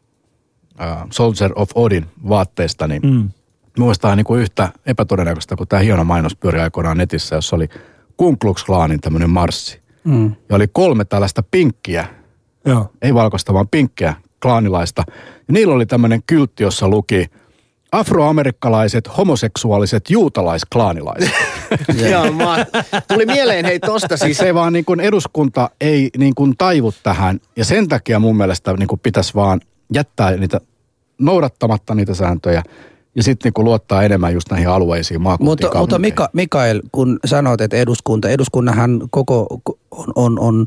uh, Soldier of Odin vaatteista, niin mm. muistaa niin kuin yhtä epätodennäköistä, kun tämä hieno mainos pyöri aikoinaan netissä, jossa oli Ku Klux Klanin tämmöinen marssi. Mm. Ja oli kolme tällaista pinkkiä, Joo. ei valkoista, vaan pinkkiä klaanilaista. Ja niillä oli tämmöinen kyltti, jossa luki afroamerikkalaiset, homoseksuaaliset, juutalaisklaanilaiset. Joo, mä, tuli mieleen hei tosta siis. Se vaan niin kuin eduskunta ei niin kuin taivu tähän, ja sen takia mun mielestä niin kuin pitäisi vaan jättää niitä noudattamatta niitä sääntöjä, ja sitten niin luottaa enemmän just näihin alueisiin, maakuntiin, Mutta, mutta Mika, Mikael, kun sanoit, että eduskunta, eduskunnahan koko on, on, on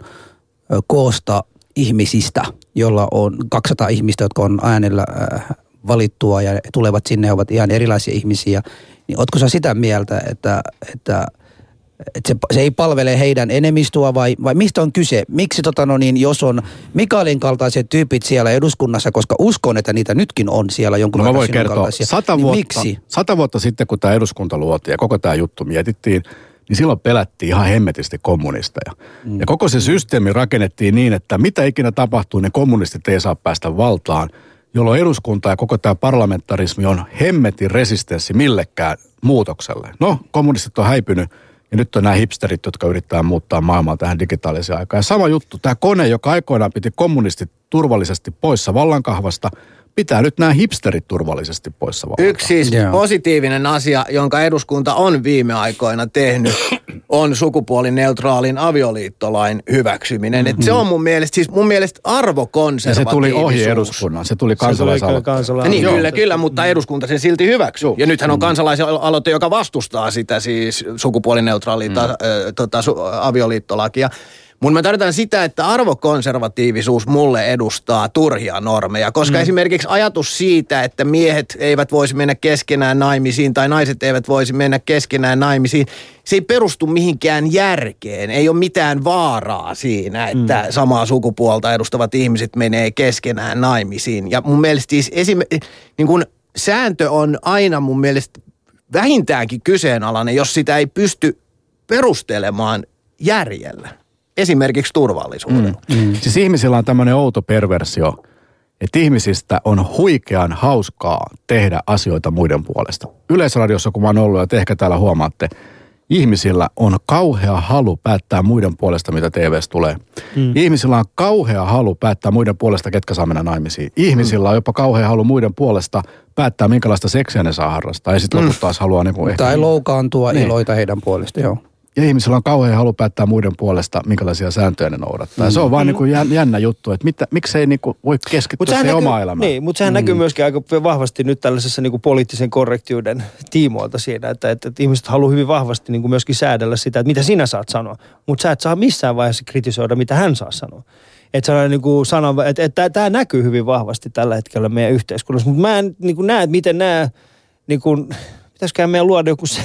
koosta ihmisistä, jolla on kaksisataa ihmistä, jotka on äänellä äh, valittua ja tulevat sinne, ovat ihan erilaisia ihmisiä. Niin ootko sä sitä mieltä, että, että, että se, se ei palvele heidän enemmistöä vai, vai mistä on kyse? Miksi tota no niin, jos on Mikaelin kaltaiset tyypit siellä eduskunnassa, koska uskon, että niitä nytkin on siellä jonkun no, verran mä voin kertoa, kaltaisia, sata, niin vuotta, miksi? sata vuotta sitten, kun tämä eduskunta luotiin ja koko tämä juttu mietittiin, niin silloin pelättiin ihan hemmetisti kommunisteja. Mm. Ja koko se systeemi rakennettiin niin, että mitä ikinä tapahtuu, niin kommunistit ei saa päästä valtaan, jolloin eduskunta ja koko tämä parlamentarismi on hemmetin resistenssi millekään muutokselle. No, kommunistit on häipynyt ja nyt on nämä hipsterit, jotka yrittää muuttaa maailmaa tähän digitaaliseen aikaan. Ja sama juttu, tämä kone, joka aikoinaan piti kommunistit turvallisesti poissa vallankahvasta, pitää nyt nämä hipsterit turvallisesti poissa valtaa. Yksi siis yeah. positiivinen asia, jonka eduskunta on viime aikoina tehnyt, on sukupuolineutraalin avioliittolain hyväksyminen. Mm-hmm. Et se on mun mielestä, siis mun mielestä arvokonservatiivisuus. Ja se tuli ohi eduskunnan, se tuli kansalaisaloitteesta. Niin kyllä, kyllä, mutta eduskunta sen silti hyväksyy. Ja nythän on kansalaisaloite, joka vastustaa sitä siis sukupuolineutraalia mm. ta, tota, su, avioliittolakia. Mun mä tarkoitan sitä, että arvokonservatiivisuus mulle edustaa turhia normeja, koska mm. esimerkiksi ajatus siitä, että miehet eivät voisi mennä keskenään naimisiin tai naiset eivät voisi mennä keskenään naimisiin, se ei perustu mihinkään järkeen. Ei ole mitään vaaraa siinä, että mm. samaa sukupuolta edustavat ihmiset menee keskenään naimisiin. Ja mun mielestä siis esim- niin kun sääntö on aina mun mielestä vähintäänkin kyseenalainen, jos sitä ei pysty perustelemaan järjellä. Esimerkiksi turvallisuuden. Mm, mm. Siis ihmisillä on tämmöinen outo perversio, että ihmisistä on huikean hauskaa tehdä asioita muiden puolesta. Yleisradiossa, kun mä oon ollut, ja te ehkä täällä huomaatte, ihmisillä on kauhea halu päättää muiden puolesta, mitä T V:stä tulee. Mm. Ihmisillä on kauhea halu päättää muiden puolesta, ketkä saa mennä naimisiin. Ihmisillä on jopa kauhea halu muiden puolesta päättää, minkälaista seksiä ne saa harrastaa. Ja sitten mm. loput taas haluaa niin kuin ehkä... Tai loukaantua niin. Iloita heidän puolesta, joo. Ja ihmisillä on kauhean halu päättää muiden puolesta, minkälaisia sääntöjä ne noudattaa. Mm. Se on vaan niin kuin jännä juttu, että mitä, miksei niin kuin voi keskittyä siihen näkyy, omaan elämään. Niin, mutta sehän mm. näkyy myöskin aika vahvasti nyt tällaisessa niin kuin poliittisen korrektiuden tiimoilta siinä, että, että, että ihmiset haluaa hyvin vahvasti niin kuin myöskin säädellä sitä, että mitä sinä saat sanoa. Mutta sä et saa missään vaiheessa kritisoida, mitä hän saa sanoa. Että sellainen niin kuin sana, että, että tämä näkyy hyvin vahvasti tällä hetkellä meidän yhteiskunnassa. Mutta mä en niin kuin näe, että miten nämä, niin kuin, pitäisikään meidän luoda joku se,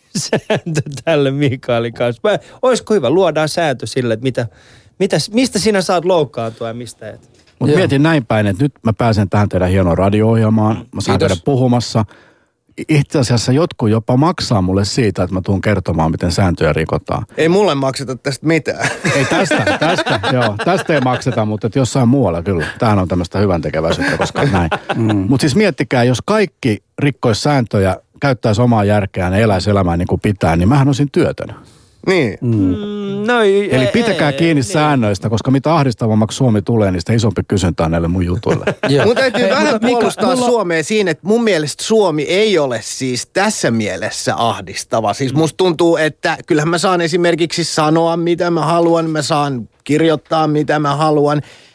sääntö tälle Mikaelin kanssa. Mä, olisiko hyvä, luodaan sääntö sille, että mitä, mitä, mistä sinä saat loukkaantua ja mistä et. Mutta mietin näin päin, että nyt mä pääsen tähän teidän hienoon radio-ohjelmaan. Mä saan tehdä puhumassa. Itse asiassa jotkut jopa maksaa mulle siitä, että mä tuun kertomaan, miten sääntöjä rikotaan. Ei mulle makseta tästä mitään. Ei tästä, tästä, joo. Tästä ei makseta, mutta että jossain muualla kyllä. Tämähän on tämmöistä hyvän tekeväisyyttä, koska näin. Mm. Mutta siis miettikää, jos kaikki rikkois sääntöjä, käyttäisi omaa järkeään ja eläisi elämään niin kuin pitää, niin mähän olisin työtön. Niin. Mm. No, ei, Eli pitäkää ei, kiinni ei, säännöistä, koska mitä ahdistavammaksi Suomi tulee, niin sitä isompi kysyntää näille mun jutuille. Mun täytyy vähän puolustaa Mika, Suomea siinä, että mun mielestä Suomi ei ole siis tässä mielessä ahdistava. Siis musta tuntuu, että kyllähän mä saan esimerkiksi sanoa, mitä mä haluan, mä saan kirjoittaa, mitä mä haluan.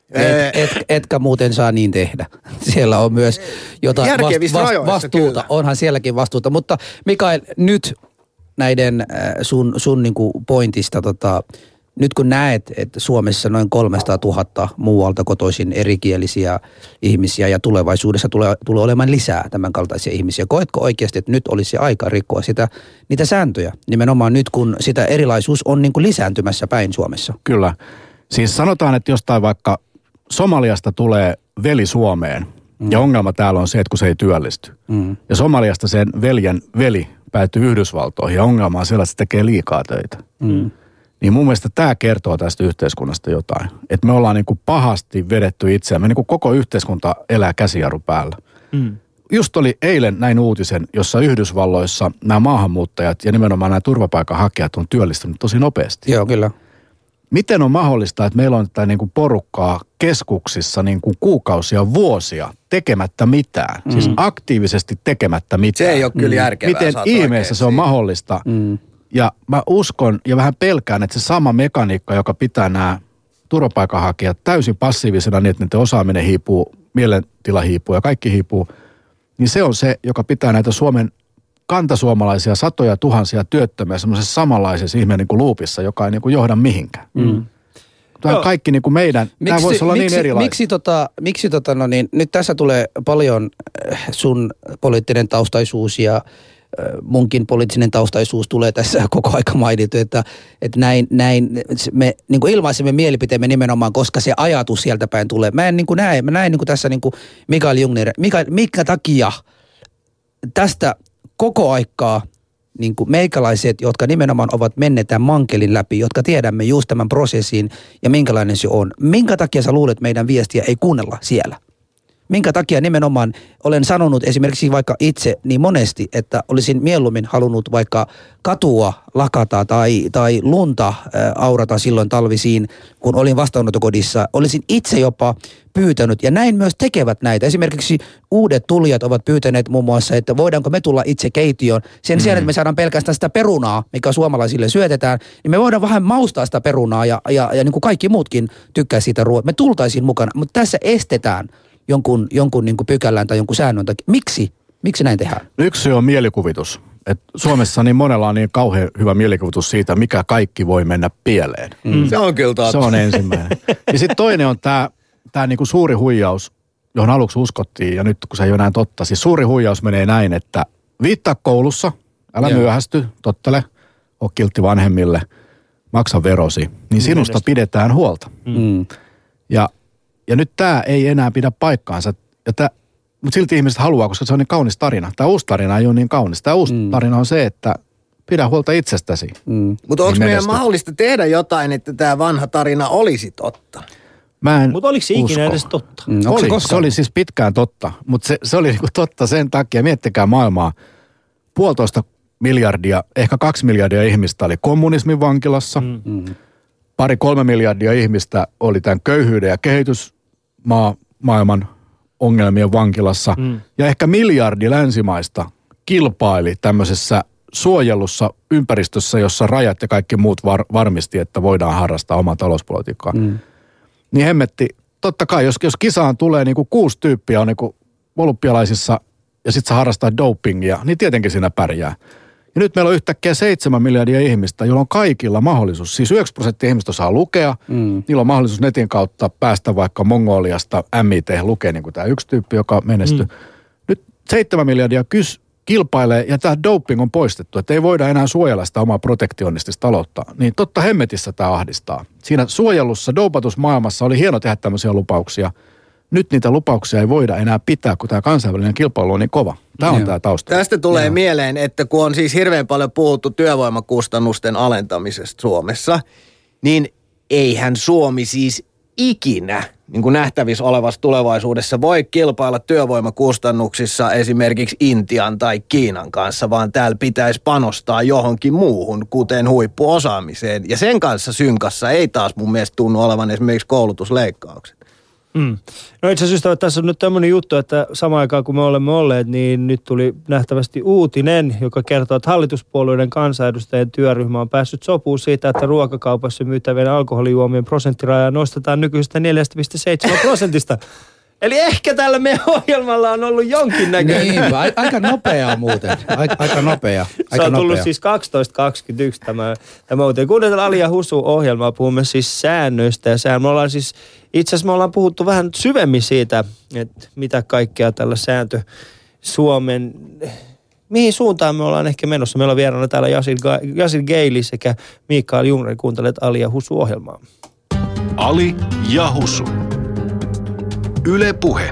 Et, et, etkä muuten saa niin tehdä. Siellä on myös jotain vast, vast, vastuuta. Kyllä. Onhan sielläkin vastuuta. Mutta Mikael, nyt näiden sun, sun niinku pointista, tota, nyt kun näet, että Suomessa noin kolmesataatuhatta muualta kotoisin erikielisiä ihmisiä ja tulevaisuudessa tulee, tulee olemaan lisää tämän kaltaisia ihmisiä. Koetko oikeasti, että nyt olisi aika rikkoa sitä, niitä sääntöjä? Nimenomaan nyt, kun sitä erilaisuus on niinku lisääntymässä päin Suomessa. Kyllä. Siis sanotaan, että jostain vaikka Somaliasta tulee veli Suomeen mm. ja ongelma täällä on se, että kun se ei työllisty. Mm. Ja Somaliasta sen veljen veli päätyy Yhdysvaltoihin ja ongelma on sellaista, että se tekee liikaa töitä. Mm. Niin mun mielestä tämä kertoo tästä yhteiskunnasta jotain. Että me ollaan niin kuin pahasti vedetty itseämme, niin kuin koko yhteiskunta elää käsijarru päällä. Mm. Just oli eilen näin uutisen, jossa Yhdysvalloissa nämä maahanmuuttajat ja nimenomaan nämä turvapaikanhakijat on työllistynyt tosi nopeasti. Joo, kyllä. Miten on mahdollista, että meillä on tätä niin kuin porukkaa keskuksissa niin kuin kuukausia, vuosia tekemättä mitään? Mm. Siis aktiivisesti tekemättä mitään. Se ei ole kyllä järkevää. Miten ihmeessä se on mahdollista? Mm. Ja mä uskon ja vähän pelkään, että se sama mekaniikka, joka pitää nämä turvapaikanhakijat täysin passiivisena niin, että niiden osaaminen hiipuu, mielentila hiipuu ja kaikki hiipuu, niin se on se, joka pitää näitä Suomen kantasuomalaisia satoja tuhansia työttömiä semmoisessa samanlaisessa ihmeen niin kuin luupissa, joka ei niin kuin johda mihinkään. Mm. Tämä on kaikki niin kuin meidän, miksi, tämä voisi olla miksi, niin erilaista. Miksi, tota, miksi tota, no niin, nyt tässä tulee paljon sun poliittinen taustaisuus ja munkin poliittinen taustaisuus tulee tässä koko aika mainittu, että, että näin, näin me niin kuin ilmaisemme mielipiteemme nimenomaan, koska se ajatus sieltä päin tulee. Mä en niin kuin näe, mä näen niin kuin tässä niin kuin Mikael Jungner, Mikael, minkä takia tästä koko aikaa niin kuin meikalaiset, jotka nimenomaan ovat menneet tämän mankelin läpi, jotka tiedämme just tämän prosessin ja minkälainen se on. Minkä takia sä luulet meidän viestiä ei kuunnella siellä? Minkä takia nimenomaan olen sanonut esimerkiksi vaikka itse niin monesti, että olisin mieluummin halunnut vaikka katua lakata tai, tai lunta ä, aurata silloin talvisiin, kun olin vastaanottokodissa. Olisin itse jopa pyytänyt ja näin myös tekevät näitä. Esimerkiksi uudet tulijat ovat pyytäneet muun muassa, että voidaanko me tulla itse keittiöön. Sen sijaan, mm. että me saadaan pelkästään sitä perunaa, mikä suomalaisille syötetään, niin me voidaan vähän maustaa sitä perunaa ja, ja, ja niin kuin kaikki muutkin tykkää siitä ruoasta. Me tultaisiin mukana, mutta tässä estetään jonkun, jonkun niin kuin pykälään tai jonkun säännön takia. Miksi? Miksi näin tehdään? Yksi syy on mielikuvitus. Et Suomessa niin monella on niin kauhean hyvä mielikuvitus siitä, mikä kaikki voi mennä pieleen. Mm. Se on kyllä totta. Se on ensimmäinen. Ja sitten toinen on tämä tää niinku suuri huijaus, johon aluksi uskottiin, ja nyt kun se ei ole enää totta. Siis suuri huijaus menee näin, että viittaa koulussa, älä Joo. myöhästy, tottele, oo kiltti vanhemmille, maksa verosi, niin sinusta pidetään huolta. Mm. Ja Ja nyt tämä ei enää pidä paikkaansa, mutta silti ihmiset haluaa, koska se on niin kaunis tarina. Tämä uusi tarina ei ole niin kaunis. Tämä uusi mm. tarina on se, että pidä huolta itsestäsi. Mm. Mutta onko meidän mahdollista tehdä jotain, että tämä vanha tarina olisi totta? Mutta oliko se usko. ikinä edes totta? Mm, oli, se, se oli siis pitkään totta, mutta se, se oli niinku totta sen takia. Miettikää maailmaa. Puolitoista miljardia, ehkä kaksi miljardia ihmistä oli kommunismin vankilassa. Mm. Pari kolme miljardia ihmistä oli tämän köyhyyden ja kehitysmaa maailman ongelmien vankilassa. Mm. Ja ehkä miljardi länsimaista kilpaili tämmöisessä suojellussa ympäristössä, jossa rajat ja kaikki muut var- varmisti, että voidaan harrastaa omaa talouspolitiikkaa. Mm. Niin hemmetti, totta kai, jos, jos kisaan tulee niinku kuusi tyyppiä on niinku olympialaisissa ja sit sä harrastaa dopingia, niin tietenkin siinä pärjää. Ja nyt meillä on yhtäkkiä seitsemän miljardia ihmistä, joilla on kaikilla mahdollisuus. Siis yhdeksänkymmentä prosenttia ihmistä osaa lukea. Mm. Niillä on mahdollisuus netin kautta päästä vaikka Mongoliasta M I T lukee, niin kuin tämä yksi tyyppi, joka menestyi. Mm. Nyt seitsemän miljardia kys, kilpailee ja tämä doping on poistettu. Että ei voida enää suojella sitä omaa protektionistista taloutta. Niin totta hemmetissä tämä ahdistaa. Siinä suojelussa, dopatusmaailmassa oli hieno tehdä tämmöisiä lupauksia. Nyt niitä lupauksia ei voida enää pitää, kun tämä kansainvälinen kilpailu on niin kova. Tämä on tämä tausta. Tästä tulee Joo. mieleen, että kun on siis hirveän paljon puhuttu työvoimakustannusten alentamisesta Suomessa, niin eihän Suomi siis ikinä niin kuin nähtävissä olevassa tulevaisuudessa voi kilpailla työvoimakustannuksissa esimerkiksi Intian tai Kiinan kanssa, vaan täällä pitäisi panostaa johonkin muuhun, kuten huippuosaamiseen. Ja sen kanssa synkassa ei taas mun mielestä tunnu olevan esimerkiksi koulutusleikkaukset. Hmm. No itse asiassa tässä on nyt tämmöinen juttu, että samaan aikaan kun me olemme olleet, niin nyt tuli nähtävästi uutinen, joka kertoo, että hallituspuolueiden kansanedustajien työryhmä on päässyt sopuun siitä, että ruokakaupassa myytävien alkoholijuomien prosenttirajaa nostetaan nykyisestä neljä pilkku seitsemän prosentista. Eli ehkä tällä meidän ohjelmalla on ollut jonkinnäköinen. Niin, aika nopea muuten. Aika, aika nopea. Aika Se on tullut nopea. siis kaksitoista kaksikymmentäyksi tämä, tämä uutinen. Kuunnellaan Ali ja Husu-ohjelmaa, puhumme siis säännöistä ja sään. Me ollaan siis, itse asiassa me ollaan puhuttu vähän syvemmin siitä, että mitä kaikkea tällä sääntö Suomen, mihin suuntaan me ollaan ehkä menossa. Meillä on vieraana täällä Yasin, Yasin Geili sekä Mikael Jungren. Kuuntelet Ali ja Husu-ohjelmaa. Ali ja Husu. Yle Puhe.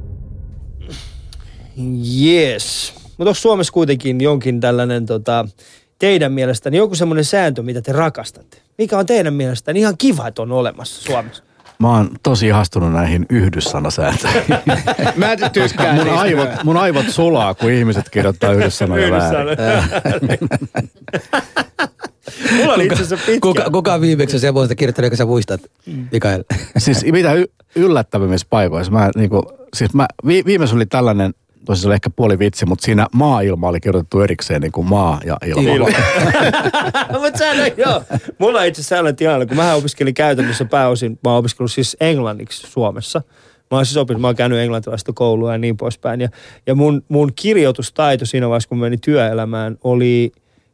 Yes. Mutta onko Suomessa kuitenkin jonkin tällainen tota, teidän mielestäni joku semmoinen sääntö, mitä te rakastatte? Mikä on teidän mielestäni ihan kiva, että on olemassa Suomessa? Mä oon tosi ihastunut näihin yhdyssanasääntöihin. Mä tykkään mun aivot, mun aivot sulaa, kun ihmiset kirjoittaa yhdyssanoja väärin. Mulla oli itse asiassa pitkä. Kuka, kuka on viimeksi semmoista kirjoittanut, joka sä muistat, Mikael? Siis mitä y- yllättävimmissä paikoissa. Mä, niinku, siis mä, vi, viimeis oli tällainen, tosi se oli ehkä puoli vitsi, mutta siinä maa-ilma oli kirjoitettu erikseen niin kuin maa ja ilma. Mutta sehän joo. Mulla on itse asiassa sellainen tilanne, kun mä opiskelin käytännössä pääosin, mä oon opiskellut siis englanniksi Suomessa. Mä oon siis opiskellut, mä oon käynyt englantilaista koulua ja niin poispäin. Ja, ja mun, mun kirjoitustaito siinä vaiheessa, kun mä menin työelämään, oli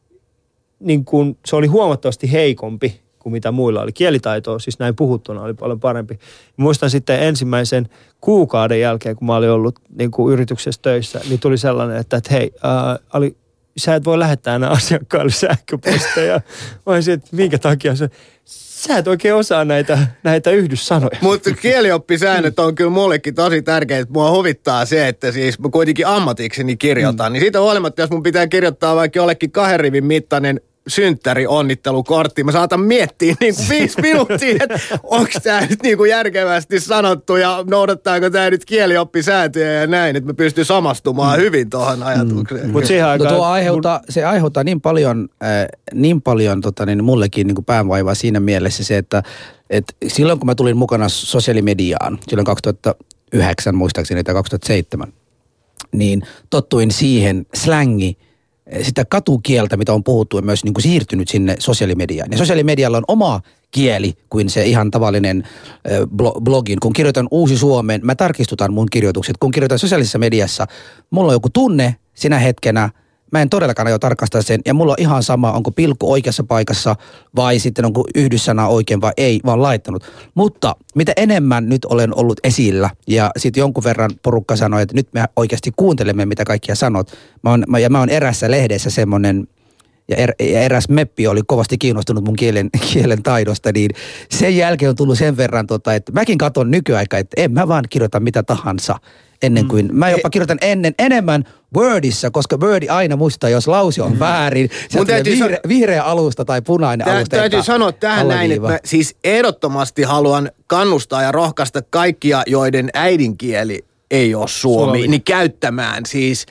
niin kuin, se oli huomattavasti heikompi kuin mitä muilla oli. Kielitaito, siis näin puhuttuna, oli paljon parempi. Muistan sitten ensimmäisen kuukauden jälkeen, kun mä olin ollut niin kuin yrityksessä töissä, niin tuli sellainen, että, että hei, ää, Ali, sä et voi lähettää enää asiakkaille sähköposteja. Mä olisin, että minkä takia se, sä et oikein osaa näitä, näitä yhdyssanoja. Mutta kielioppisäännöt on kyllä mullekin tosi tärkeitä. Mua huvittaa se, että siis mä kuitenkin ammatikseni kirjoitan. Mm. Niin siitä huolimatta, jos mun pitää kirjoittaa vaikka jollekin kahden rivin mittainen synttäri-onnittelukortti. Mä saatan miettiä niin kuin viisi minuuttia, että onko tämä nyt niin kuin järkevästi sanottu ja noudattaako tämä nyt kielioppisääntöjä ja näin, että mä pystyn samastumaan mm. hyvin tuohon ajatukseen. Mm. Mutta no tuo aiheuttaa, se aiheuttaa niin paljon, äh, niin paljon tota, niin mullekin niin kuin päänvaivaa siinä mielessä se, että et silloin kun mä tulin mukana sosiaalimediaan, silloin kaksituhattayhdeksän muistaakseni tai kaksituhattaseitsemän, niin tottuin siihen slangi, sitä katukieltä, mitä on puhuttu, on myös niin kuin siirtynyt sinne sosiaalimediaan. Ja sosiaalimedialla on oma kieli kuin se ihan tavallinen äh, blogin. Kun kirjoitan Uusi Suomen, mä tarkistutan mun kirjoitukset. Kun kirjoitan sosiaalisessa mediassa, mulla on joku tunne sinä hetkenä, mä en todellakaan aio tarkastaa sen, ja mulla on ihan sama, onko pilkku oikeassa paikassa, vai sitten onko yhdyssana oikein vai ei, vaan laittanut. Mutta mitä enemmän nyt olen ollut esillä, ja sitten jonkun verran porukka sanoi, että nyt me oikeasti kuuntelemme, mitä kaikkia sanot. Mä oon, mä, ja mä oon erässä lehdessä semmoinen, ja, er, ja eräs meppi oli kovasti kiinnostunut mun kielen, kielen taidosta, niin sen jälkeen on tullut sen verran, tota, että mäkin katson nykyaikaa, että en mä vaan kirjoita mitä tahansa. Ennen kuin, mä jopa kirjoitan ennen enemmän Wordissa, koska Wordi aina muistaa, jos lause on väärin. Se on vihreä, vihreä alusta tai punainen Tää, alusta. Täytyy sanoa tähän näin, että mä siis ehdottomasti haluan kannustaa ja rohkaista kaikkia, joiden äidinkieli ei ole suomi, suomi. niin käyttämään siis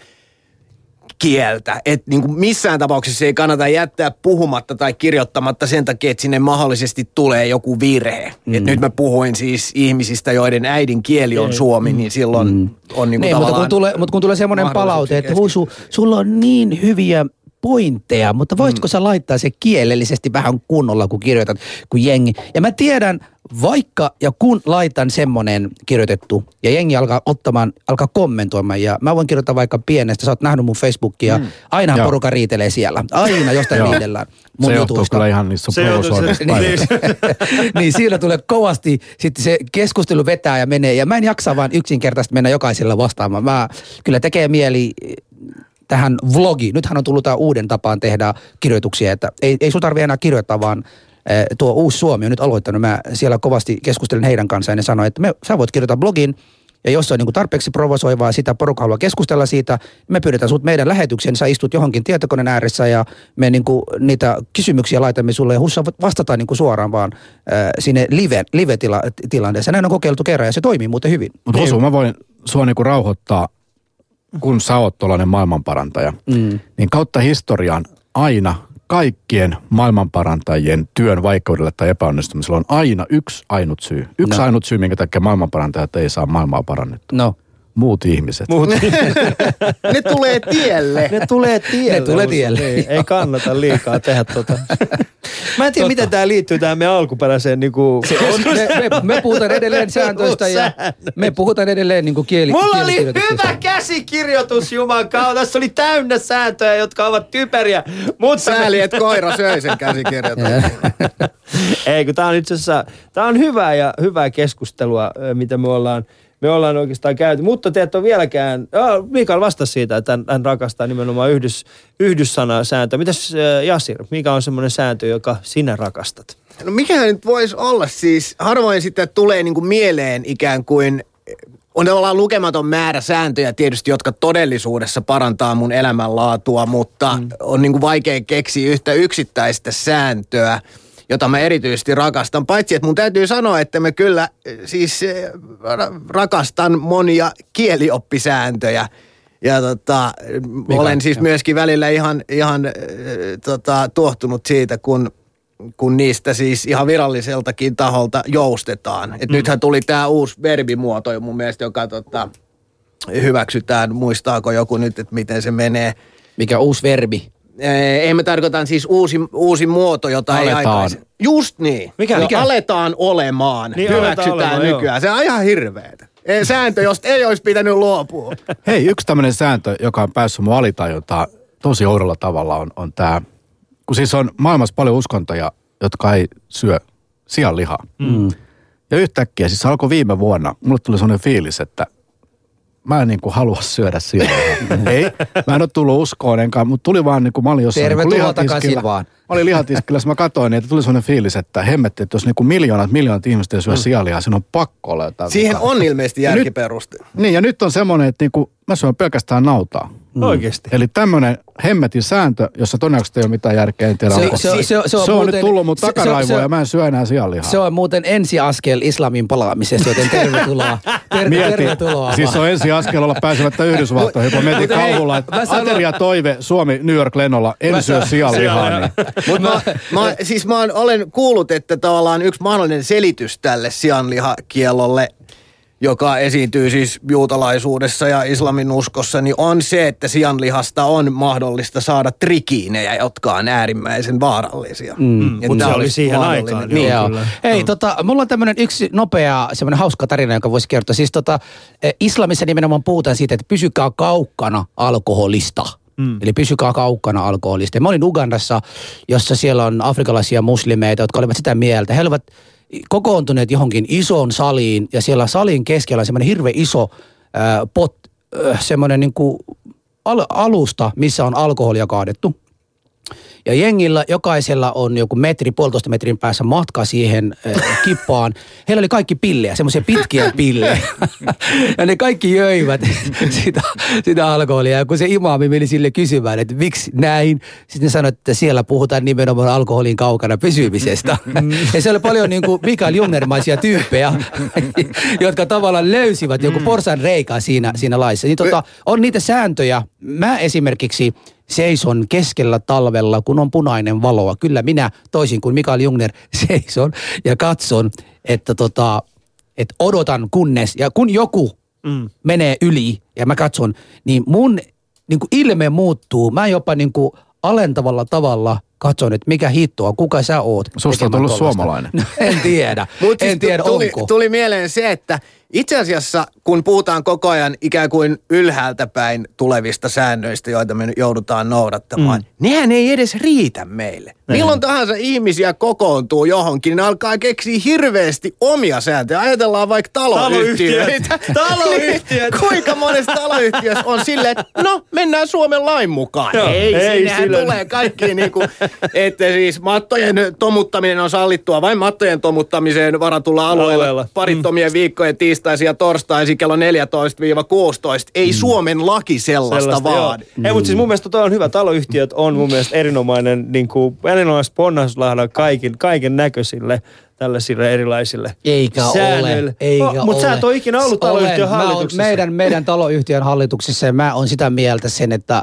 kieltä. Että niin kuin missään tapauksessa ei kannata jättää puhumatta tai kirjoittamatta sen takia, että sinne mahdollisesti tulee joku virhe. Mm. Että nyt mä puhuin siis ihmisistä, joiden äidinkieli on suomi, niin silloin mm. on niin kuin niin, mutta kun tulee, mutta kun tulee semmoinen palaute, että Husu, sulla on niin hyviä pointteja, mutta voisitko mm. sä laittaa se kielellisesti vähän kunnolla, kun kirjoitat, kun jengi. Ja mä tiedän, vaikka ja kun laitan semmonen kirjoitettu ja jengi alkaa ottamaan, alkaa kommentoimaan ja mä voin kirjoittaa vaikka pienestä, sä oot nähnyt mun Facebookia, mm. ainahan Joo. porukka riitelee siellä, aina jostain riidellään mun se jutuista. Se johtuu kyllä ihan niistä provosoivista niin, niin siinä tulee kovasti, sitten se keskustelu vetää ja menee ja mä en jaksa vaan yksinkertaisesti mennä jokaisella vastaamaan. Mä kyllä tekee mieli tähän vlogi. Nythän on tullut tämä uuden tapaan tehdä kirjoituksia, että ei, ei sun tarvitse enää kirjoittaa, vaan eh, tuo Uusi Suomi on nyt aloittanut. Mä siellä kovasti keskustelin heidän kanssaan ja ne sanoin, että me, sä voit kirjoittaa blogin ja jos se on niin kuin tarpeeksi provosoivaa, sitä porukka haluaa keskustella siitä, me pyydetään sut meidän lähetykseen, sä istut johonkin tietokoneen ääressä ja me niin kuin niitä kysymyksiä laitamme sulle ja Hussa vastataan niin kuin suoraan vaan äh, sinne live, live-tilanteessa. Näin on kokeiltu kerran ja se toimii muuten hyvin. Mutta Husu, mä voin sua niin kuin rauhoittaa, kun sä oot tuollainen maailmanparantaja, mm. niin kautta historian aina kaikkien maailmanparantajien työn vaikeudelle tai epäonnistumisella on aina yksi ainut syy. Yksi no. ainut syy, minkä takia maailmanparantajat ei saa maailmaa parannettua. No. Muut ihmiset. Muut. Ne tulee tielle. Ne tulee tielle. Ne tulee tielle. Ei, ei kannata liikaa tehdä tota. Mä en tiedä, miten tää liittyy tähän meidän alkuperäiseen niinku... Se on, me, me, me puhutaan edelleen sääntöistä ja me puhutaan edelleen niinku kieli... Mulla oli hyvä käsikirjoitus, juman kautta. Tässä oli täynnä sääntöjä, jotka ovat typeriä. Mutta Sääli, että koira söi sen käsikirjoituksen. Ei, kun tää on itse asiassa... Tää on hyvää ja hyvää keskustelua, mitä me ollaan... Me ollaan oikeastaan käyty, mutta te et ole vieläkään, oh, Mikael vastasi siitä, että hän, hän rakastaa nimenomaan yhdys, yhdyssanasääntö. Mitäs äh, Jasir, mikä on semmoinen sääntö, joka sinä rakastat? No mikähän nyt voisi olla siis, harvoin sitten tulee niinku mieleen ikään kuin, on tavallaan lukematon määrä sääntöjä tietysti, jotka todellisuudessa parantaa mun elämänlaatua, mutta mm. on niinku vaikea keksiä yhtä yksittäistä sääntöä, jota mä erityisesti rakastan. Paitsi, että mun täytyy sanoa, että mä kyllä siis rakastan monia kielioppisääntöjä. Ja tota, olen siis myöskin välillä ihan, ihan tota, tuohtunut siitä, kun, kun niistä siis ihan viralliseltakin taholta joustetaan. Et mm. nythän tuli tää uusi verbimuoto mun mielestä, joka tota, hyväksytään. Muistaako joku nyt, että miten se menee? Mikä uusi verbi? Ei, mä tarkoitan siis uusi, uusi muoto, jota aletaan. Ei aikaisemmin. Just niin. Mikä? Mikä? Aletaan olemaan. Niin, hyväksytään olemaan, nykyään. Joo. Se on ihan hirveetä. Sääntö, josta ei olisi pitänyt luopua. Hei, yksi tämmöinen sääntö, joka on päässyt mun alitajuntaan tosi oudolla tavalla on, on tämä, kun siis on maailmassa paljon uskontoja, jotka ei syö sianlihaa. Mm. Ja yhtäkkiä, siis alkoi viime vuonna, mulle tuli sellainen fiilis, että mä en niin kuin halua syödä sianlihaa. Ei, mä en ole tullut uskoon enkaan, mutta tuli vaan niin kuin mä olin jossain tervetuloa takaisin vaan. Mä olin lihatiskillä, mä katsoin, että tuli sellainen fiilis, että hemmetti, että jos niin kuin miljoonat, miljoonat ihmiset ei syö mm. sianlihaa, siinä on pakko olla jotain. Siihen on ilmeisesti järkiperuste. Niin, ja nyt on semmoinen, että niin kuin mä syön pelkästään nautaa. Mm. Oikeesti. Eli tämmöinen hemmetin sääntö, jossa todennäköisesti ei ole mitään järkeä, en tiedä. Se, se, se, se, se, se on, se on muuten, nyt tullut mun takaraivoon ja mä en syö enää sianlihaa. Se on muuten ensiaskel islamin palaamisesta, joten tervetuloa. Ter, Mieti, tervetuloa. Siis on ensiaskel olla pääsemättä Yhdysvaltoihin, kun mietin kauhulla, että ateria toive Suomi New York lennolla, en syö sianlihaa. Niin. Mut mä, mä, siis mä olen kuullut, että tavallaan yksi mahdollinen selitys tälle sianlihakiellolle, joka esiintyy siis juutalaisuudessa ja islamin uskossa, niin on se, että sianlihasta on mahdollista saada trikiinejä, jotka on äärimmäisen vaarallisia. Mm. Mutta se oli siihen aikaan. Niin, joo. Kyllä. Hei, tota, mulla on tämmöinen yksi nopea, semmoinen hauska tarina, joka voisi kertoa. Siis tota, islamissa nimenomaan puhutaan siitä, että pysykää kaukana alkoholista. Mm. Eli pysykää kaukana alkoholista. Mä olin Ugandassa, jossa siellä on afrikalaisia muslimeita, jotka olivat sitä mieltä. He olivat kokoontuneet johonkin isoon saliin ja siellä salin keskellä on semmoinen hirveän iso ää, pot, äh, semmoinen niin kuin al- alusta, missä on alkoholia kaadettu. Ja jengillä jokaisella on joku metri, puolitoista metrin päässä matka siihen äh, kippaan. Heillä oli kaikki pillejä, semmoisia pitkiä pillejä. Ja ne kaikki jöivät sitä, sitä alkoholia. Ja kun se imaami meni sille kysymään, että miksi näin, sitten ne sanoi, että siellä puhutaan nimenomaan alkoholin kaukana pysymisestä. Ja siellä oli paljon niin kuin Mikael Jungnermaisia tyyppejä, jotka tavallaan löysivät joku porsan reikaa siinä, siinä laissa. Niin tota, on niitä sääntöjä. Mä esimerkiksi seison keskellä talvella, kun on punainen valoa. Kyllä minä, toisin kuin Mikael Jungner, seison ja katson, että tota, että odotan kunnes, ja kun joku mm. menee yli ja mä katson, niin mun niin kuin ilme muuttuu. Mä jopa niin kuin alentavalla tavalla katson, että mikä hittoa, kuka sä oot. Susta on tullut suomalainen. No, en tiedä. Mut en siis tiedä, tuli, onko. Tuli mieleen se, että itse asiassa, kun puhutaan koko ajan ikään kuin ylhäältä päin tulevista säännöistä, joita me joudutaan noudattamaan, mm. nehän ei edes riitä meille. Näin. Milloin tahansa ihmisiä kokoontuu johonkin, niin ne alkaa keksiä hirveästi omia sääntöjä. Ajatellaan vaikka taloyhtiöitä. Taloyhtiöt. Kuinka monessa taloyhtiössä on silleen, että no, mennään Suomen lain mukaan. Joo, ei, ei sinnehän silloin. tulee kaikki niin kuin, että siis mattojen tomuttaminen on sallittua vain mattojen tomuttamiseen varatulla alueella. alueella. Parittomien mm. viikkojen tiistaisin ja torstaisin kello neljätoista kuusitoista. Ei mm. Suomen laki sellaista, sellaista vaadi. Mm. Ei, mutta siis mun mielestä toi on hyvä. Taloyhtiöt on mun mielestä erinomainen, niin kuin, erinomainen sponnaisuuslahda kaikin, kaiken näköisille tällaisille erilaisille eikä säännöille. Ole, eikä no, mutta sä et ole ikinä ollut taloyhtiön hallituksessa. Meidän, meidän taloyhtiön hallituksessa ja mä oon sitä mieltä sen, että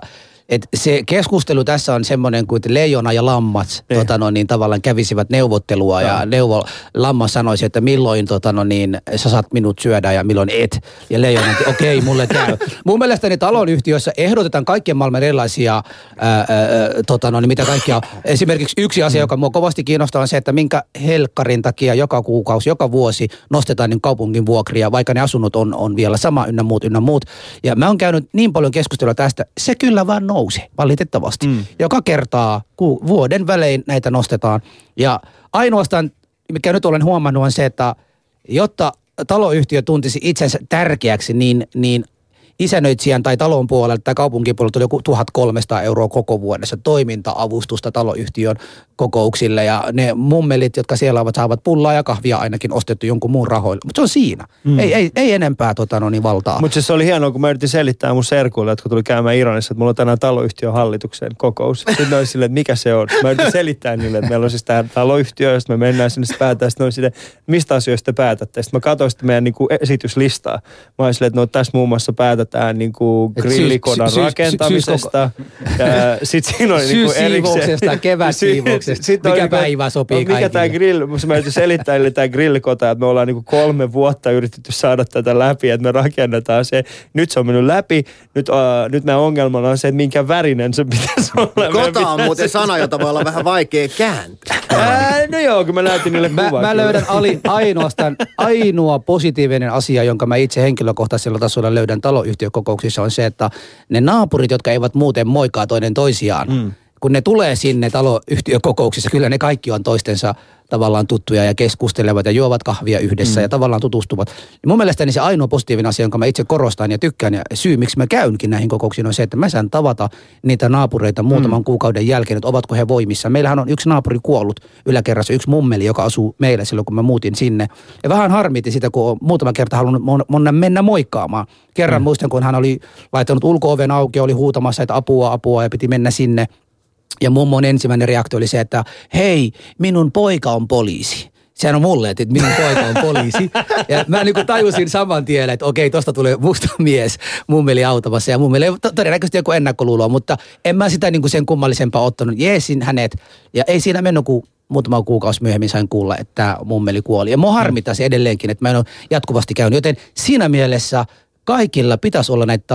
Et se keskustelu tässä on semmoinen kuin leijona ja lammas tota no, niin, tavallaan kävisivät neuvottelua no. ja neuvo, lammas sanoisi, että milloin tota no, niin, sä saat minut syödä ja milloin et. Ja leijona, että okei, okay, mulle käy. Mun mielestäni taloyhtiössä ehdotetaan kaikkien maailman erilaisia, ää, ää, tota no, niin mitä kaikkia. Esimerkiksi yksi asia, joka mua kovasti kiinnostaa on se, että minkä helkkarin takia joka kuukausi, joka vuosi nostetaan niin kaupungin vuokria, vaikka ne asunnot on, on vielä sama ynnä muut, ynnä muut. Ja mä oon käynyt niin paljon keskustelua tästä, se kyllä vaan nousee, valitettavasti. Mm. Joka kertaa ku, vuoden välein näitä nostetaan. Ja ainoastaan, mikä nyt olen huomannut, on se, että jotta taloyhtiö tuntisi itsensä tärkeäksi, niin, niin isännöitsijän tai talon puolelta tai kaupunkin puolelta oli joku tuhatkolmesataa euroa koko vuodessa toiminta-avustusta taloyhtiön kokouksille. Ja ne mummelit, jotka siellä ovat, saavat pullaa ja kahvia ainakin ostettu jonkun muun rahoilla. Mutta se on siinä. Mm. Ei, ei, ei enempää tota, no, niin valtaa. Mutta se oli hienoa, kun mä yritin selittää mun serkuille, jotka tuli käymään Iranissa, että mulla on tänään taloyhtiön hallituksen kokous. Sitten ne oli silleen, että mikä se on. Mä yritin selittää niille, että meillä on siis tämä taloyhtiö, josta me mennään sinne päätään. Sitten ne oli silleen, mistä asioista te päätätte. Sitten mä katsoin sitä meidän niin kuin esityslistaa. Mä olin silleen, että no tässä muun muassa päätetään niin kuin grillikodan syys, rakentamisesta. Syys, ja sitten siinä oli niin kuin erikseen. Kevätsiivouksesta. Mikä päivä sopii no, mikä tämä grill, mä yritin selittää niille tämä grillikota, että me ollaan niin kuin kolme vuotta yritetty saada tätä läpi, että me rakennetaan se. Nyt se on mennyt läpi. Nyt, uh, nyt meidän ongelmana on se, että minkä värinen se pitäisi olla. Kota on muuten sana, jota voi olla vähän vaikea kääntää. Ää, no joo, kun mä näytin niille mä, kuvan. Mä löydän ali, ainoastaan ainoa positiivinen asia, jonka mä itse henkilökohtaisella tasolla löydän taloyhtiökokouksissa on se, että ne naapurit, jotka eivät muuten moikaa toinen toisiaan, mm. kun ne tulee sinne taloyhtiökokouksissa, kyllä ne kaikki on toistensa tavallaan tuttuja ja keskustelevat ja juovat kahvia yhdessä mm. ja tavallaan tutustuvat. Ja mun mielestäni se ainoa positiivinen asia, jonka mä itse korostan ja tykkään ja syy, miksi mä käynkin näihin kokouksiin on se, että mä saan tavata niitä naapureita muutaman mm. kuukauden jälkeen, että ovatko he voimissa. Meillähän on yksi naapuri kuollut yläkerrassa, yksi mummeli, joka asuu meillä silloin, kun mä muutin sinne. Ja vähän harmitti sitä, kun muutama kerta halunnut mon- mennä moikkaamaan. Kerran mm. muistan, kun hän oli laittanut ulko-oven auki ja oli huutamassa, että apua, apua ja piti mennä sinne. Ja mummon ensimmäinen reaktio oli se, että hei, minun poika on poliisi. Sehän on mulle, että minun poika on poliisi. Ja mä niin kuin tajusin saman tien, että okei, tosta tulee musta mies mummeli autamassa. Ja mummeli ei todennäköisesti joku ennakkoluuloa, mutta en mä sitä niin kuin sen kummallisempaa ottanut. Jeesin hänet. Ja ei siinä mennyt, kun muutama kuukausi myöhemmin sain kuulla, että mummeli kuoli. Ja mua harmittaa se edelleenkin, että mä en ole jatkuvasti käynyt. Joten siinä mielessä kaikilla pitäisi olla näitä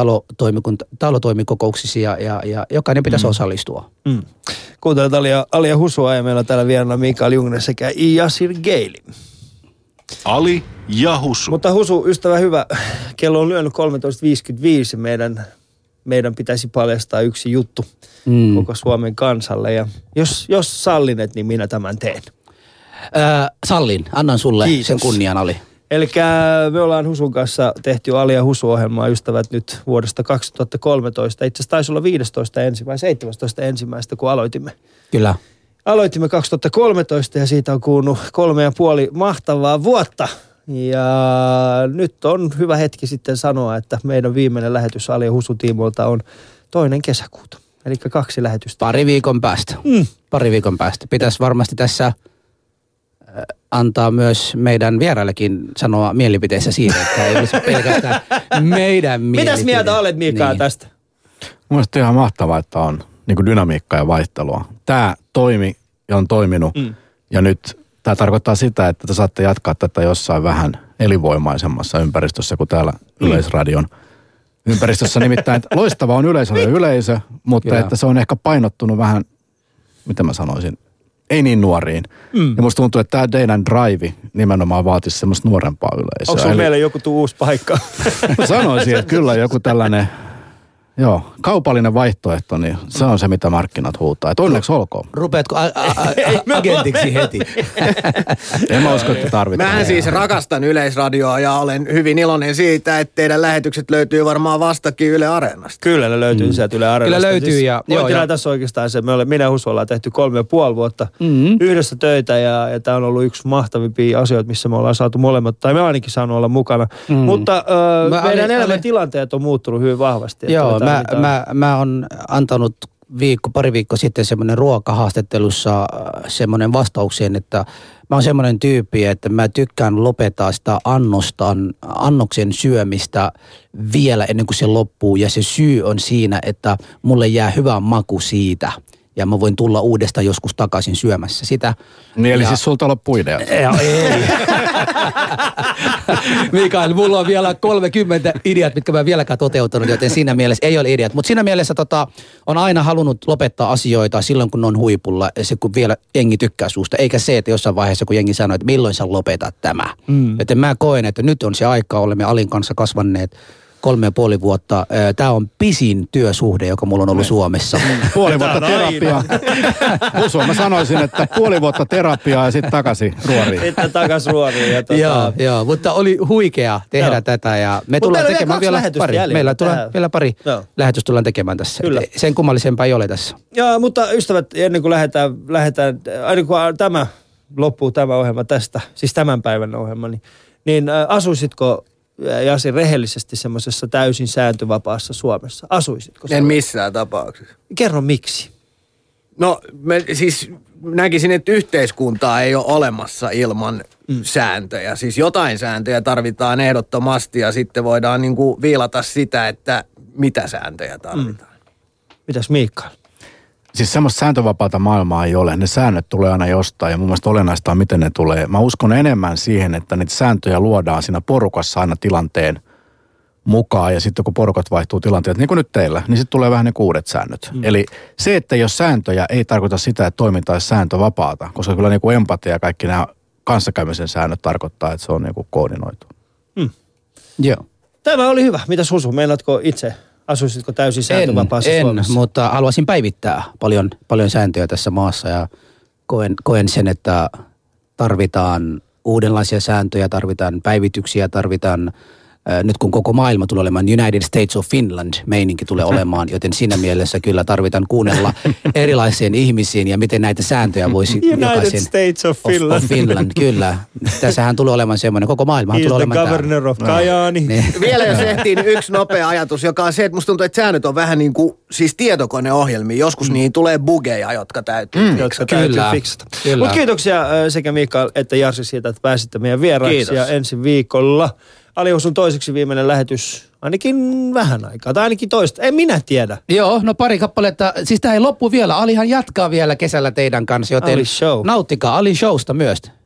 talotoimikokouksissa ja, ja, ja jokainen pitäisi mm. osallistua. Mm. Kuuntelet Alia, Alia Husua ja meillä on täällä vieraana Mikael Jungner sekä Yasir Geili. Ali ja Husu. Mutta Husu, ystävä hyvä, kello on lyönyt kolmetoista viisikymmentäviisi. Meidän, meidän pitäisi paljastaa yksi juttu mm. koko Suomen kansalle. Ja jos, jos sallinet, niin minä tämän teen. Öö, sallin, annan sulle Kiitos. Sen kunnian, Ali. Eli me ollaan Husun kanssa tehty Ali ja Husu-ohjelmaa, ystävät, nyt vuodesta kaksituhattakolmetoista. Itse asiassa taisi olla viidestoista ensi vai seitsemästoista ensimmäistä, kun aloitimme. Kyllä. Aloitimme kaksituhattakolmetoista ja siitä on kuulunut kolme ja puoli mahtavaa vuotta. Ja nyt on hyvä hetki sitten sanoa, että meidän viimeinen lähetys Ali ja Husu-tiimoilta on toinen kesäkuuta. Eli kaksi lähetystä. Pari viikon päästä. Mm. Pari viikon päästä. Pitäisi varmasti tässä antaa myös meidän vieraillekin sanoa mielipiteessä siitä, että ei olisi pelkästään meidän mielipide. Mitäs mieltä olet, Mikael, niin. tästä? Mielestäni ihan mahtavaa, että on niin kuin dynamiikkaa ja vaihtelua. Tämä toimi ja on toiminut mm. ja nyt tämä tarkoittaa sitä, että te saatte jatkaa tätä jossain vähän elinvoimaisemmassa ympäristössä kuin täällä mm. Yleisradion ympäristössä. Nimittäin loistava on yleisö ja yleisö, mutta Kyllä. että se on ehkä painottunut vähän, mitä mä sanoisin, ei niin nuoriin. Mm. Ja musta tuntuu, että tämä teidän drive nimenomaan vaatisi semmoista nuorempaa yleisöä. Onko sun Eli... meille joku tuu uusi paikka? Sanoisin, että kyllä joku tällainen, joo, kaupallinen vaihtoehto, niin se on se, mitä markkinat huutaa. Että onneksi olkoon. Rupeatko a- a- a- agentiksi heti? En mä usko, että tarvitaan. Mä siis rakastan Yleisradioa ja olen hyvin iloinen siitä, että teidän lähetykset löytyy varmaan vastakin Yle Areenasta. Kyllä ne löytyy mm. sieltä Yle Areenasta. Kyllä löytyy. Siis, ja, joo, ja tässä oikeastaan se, me olemme, minä ja Husu ollaan tehty kolme ja puoli vuotta mm-hmm. yhdessä töitä ja, ja tämä on ollut yksi mahtavimpia asioita, missä me ollaan saatu molemmat, tai me ainakin saanut olla mukana. Mm. Mutta äh, meidän elämäntilanteet on muuttunut hyvin vahvasti. Joo, mä, mä, mä oon antanut viikko, pari viikkoa sitten semmoinen ruokahaastattelussa semmoinen vastaukseen, että mä oon semmoinen tyyppi, että mä tykkään lopettaa sitä annostan, annoksen syömistä vielä ennen kuin se loppuu. Ja se syy on siinä, että mulle jää hyvä maku siitä. Ja mä voin tulla uudestaan joskus takaisin syömässä sitä. Niin eli ja... siis sulta loppuu ideat. Ei. Mikael, mulla on vielä kolmekymmentä ideat, mitkä mä en vieläkään toteuttanut, joten siinä mielessä ei ole ideat. Mutta siinä mielessä tota, on aina halunnut lopettaa asioita silloin, kun ne on huipulla, se kun vielä jengi tykkää susta. Eikä se, että jossain vaiheessa, kun jengi sanoo, että milloin sä lopetat tämä. Mm. Joten mä koen, että nyt on se aika, olemme Alin kanssa kasvanneet kolme ja puoli vuotta. Tämä on pisin työsuhde, joka mulla on ollut Suomessa. Puoli vuotta terapiaa. Usu, mä sanoisin, että puoli vuotta terapiaa ja sitten takaisin ruoriin. Sitten takaisin ruoriin. Ja tota... joo, joo, mutta oli huikea tehdä joo. tätä ja me tullaan tekemään vielä pari. Meillä tulee vielä pari lähetystä tullaan tekemään tässä. Kyllä. Sen kummallisempaa ei ole tässä. Joo, mutta ystävät, ennen kuin lähdetään, lähdetään aina kun tämä loppuu tämä ohjelma tästä, siis tämän päivän ohjelma, niin, niin äh, asuisitko Jasi rehellisesti semmoisessa täysin sääntövapaassa Suomessa? Asuisitko? En missään tapauksessa. Kerro miksi. No me, siis näkisin, että yhteiskuntaa ei ole olemassa ilman mm. sääntöjä. Siis jotain sääntöjä tarvitaan ehdottomasti ja sitten voidaan niin kuin viilata sitä, että mitä sääntöjä tarvitaan. Mm. Mitäs Mikael? Siis semmoista sääntövapaata maailmaa ei ole. Ne säännöt tulee aina jostain ja mun mielestä olennaista on, miten ne tulee. Mä uskon enemmän siihen, että niitä sääntöjä luodaan siinä porukassa aina tilanteen mukaan. Ja sitten kun porukat vaihtuu tilanteet, niin kuin nyt teillä, niin sitten tulee vähän ne uudet säännöt. Mm. Eli se, että jos sääntöjä ei tarkoita sitä, että toiminta olisi sääntövapaata, koska kyllä niin kuin empatia ja kaikki nämä kanssakäymisen säännöt tarkoittaa, että se on niin kuin koordinoitu. Mm. Joo. Tämä oli hyvä. Mitä Susu, meinaatko itse? Asuisitko täysin sääntövapaassa en, Suomessa? En, mutta haluaisin päivittää paljon, paljon sääntöjä tässä maassa ja koen, koen sen, että tarvitaan uudenlaisia sääntöjä, tarvitaan päivityksiä, tarvitaan nyt kun koko maailma tulee olemaan United States of Finland, meininki tulee olemaan, joten siinä mielessä kyllä tarvitaan kuunnella erilaisiin ihmisiin ja miten näitä sääntöjä voisi United jokaisen... States of Finland. Of, of Finland, kyllä. Tässähän tulee olemaan semmoinen, koko maailmahan tulee olemaan täällä. He's the governor of Kajaani. No. Niin. Vielä jos ehtiin yksi nopea ajatus, joka on se, että musta tuntuu, että säännöt on vähän niin kuin siis tietokoneohjelmia. Joskus mm. niihin tulee bugeja, jotka täytyy mm. jotka täytyy kyllä. fiksata. Mutta kiitoksia sekä Mikael että Jarsi siitä, että pääsitte meidän vieraiksi. Kiitos. Ja ensi viikolla Ali sun toiseksi viimeinen lähetys ainakin vähän aikaa, tai ainakin toista. En minä tiedä. Joo, no pari kappaletta. Siis tämä ei loppu vielä. Alihan jatkaa vielä kesällä teidän kanssa, joten Ali Show. Nauttikaa Ali Showsta myös.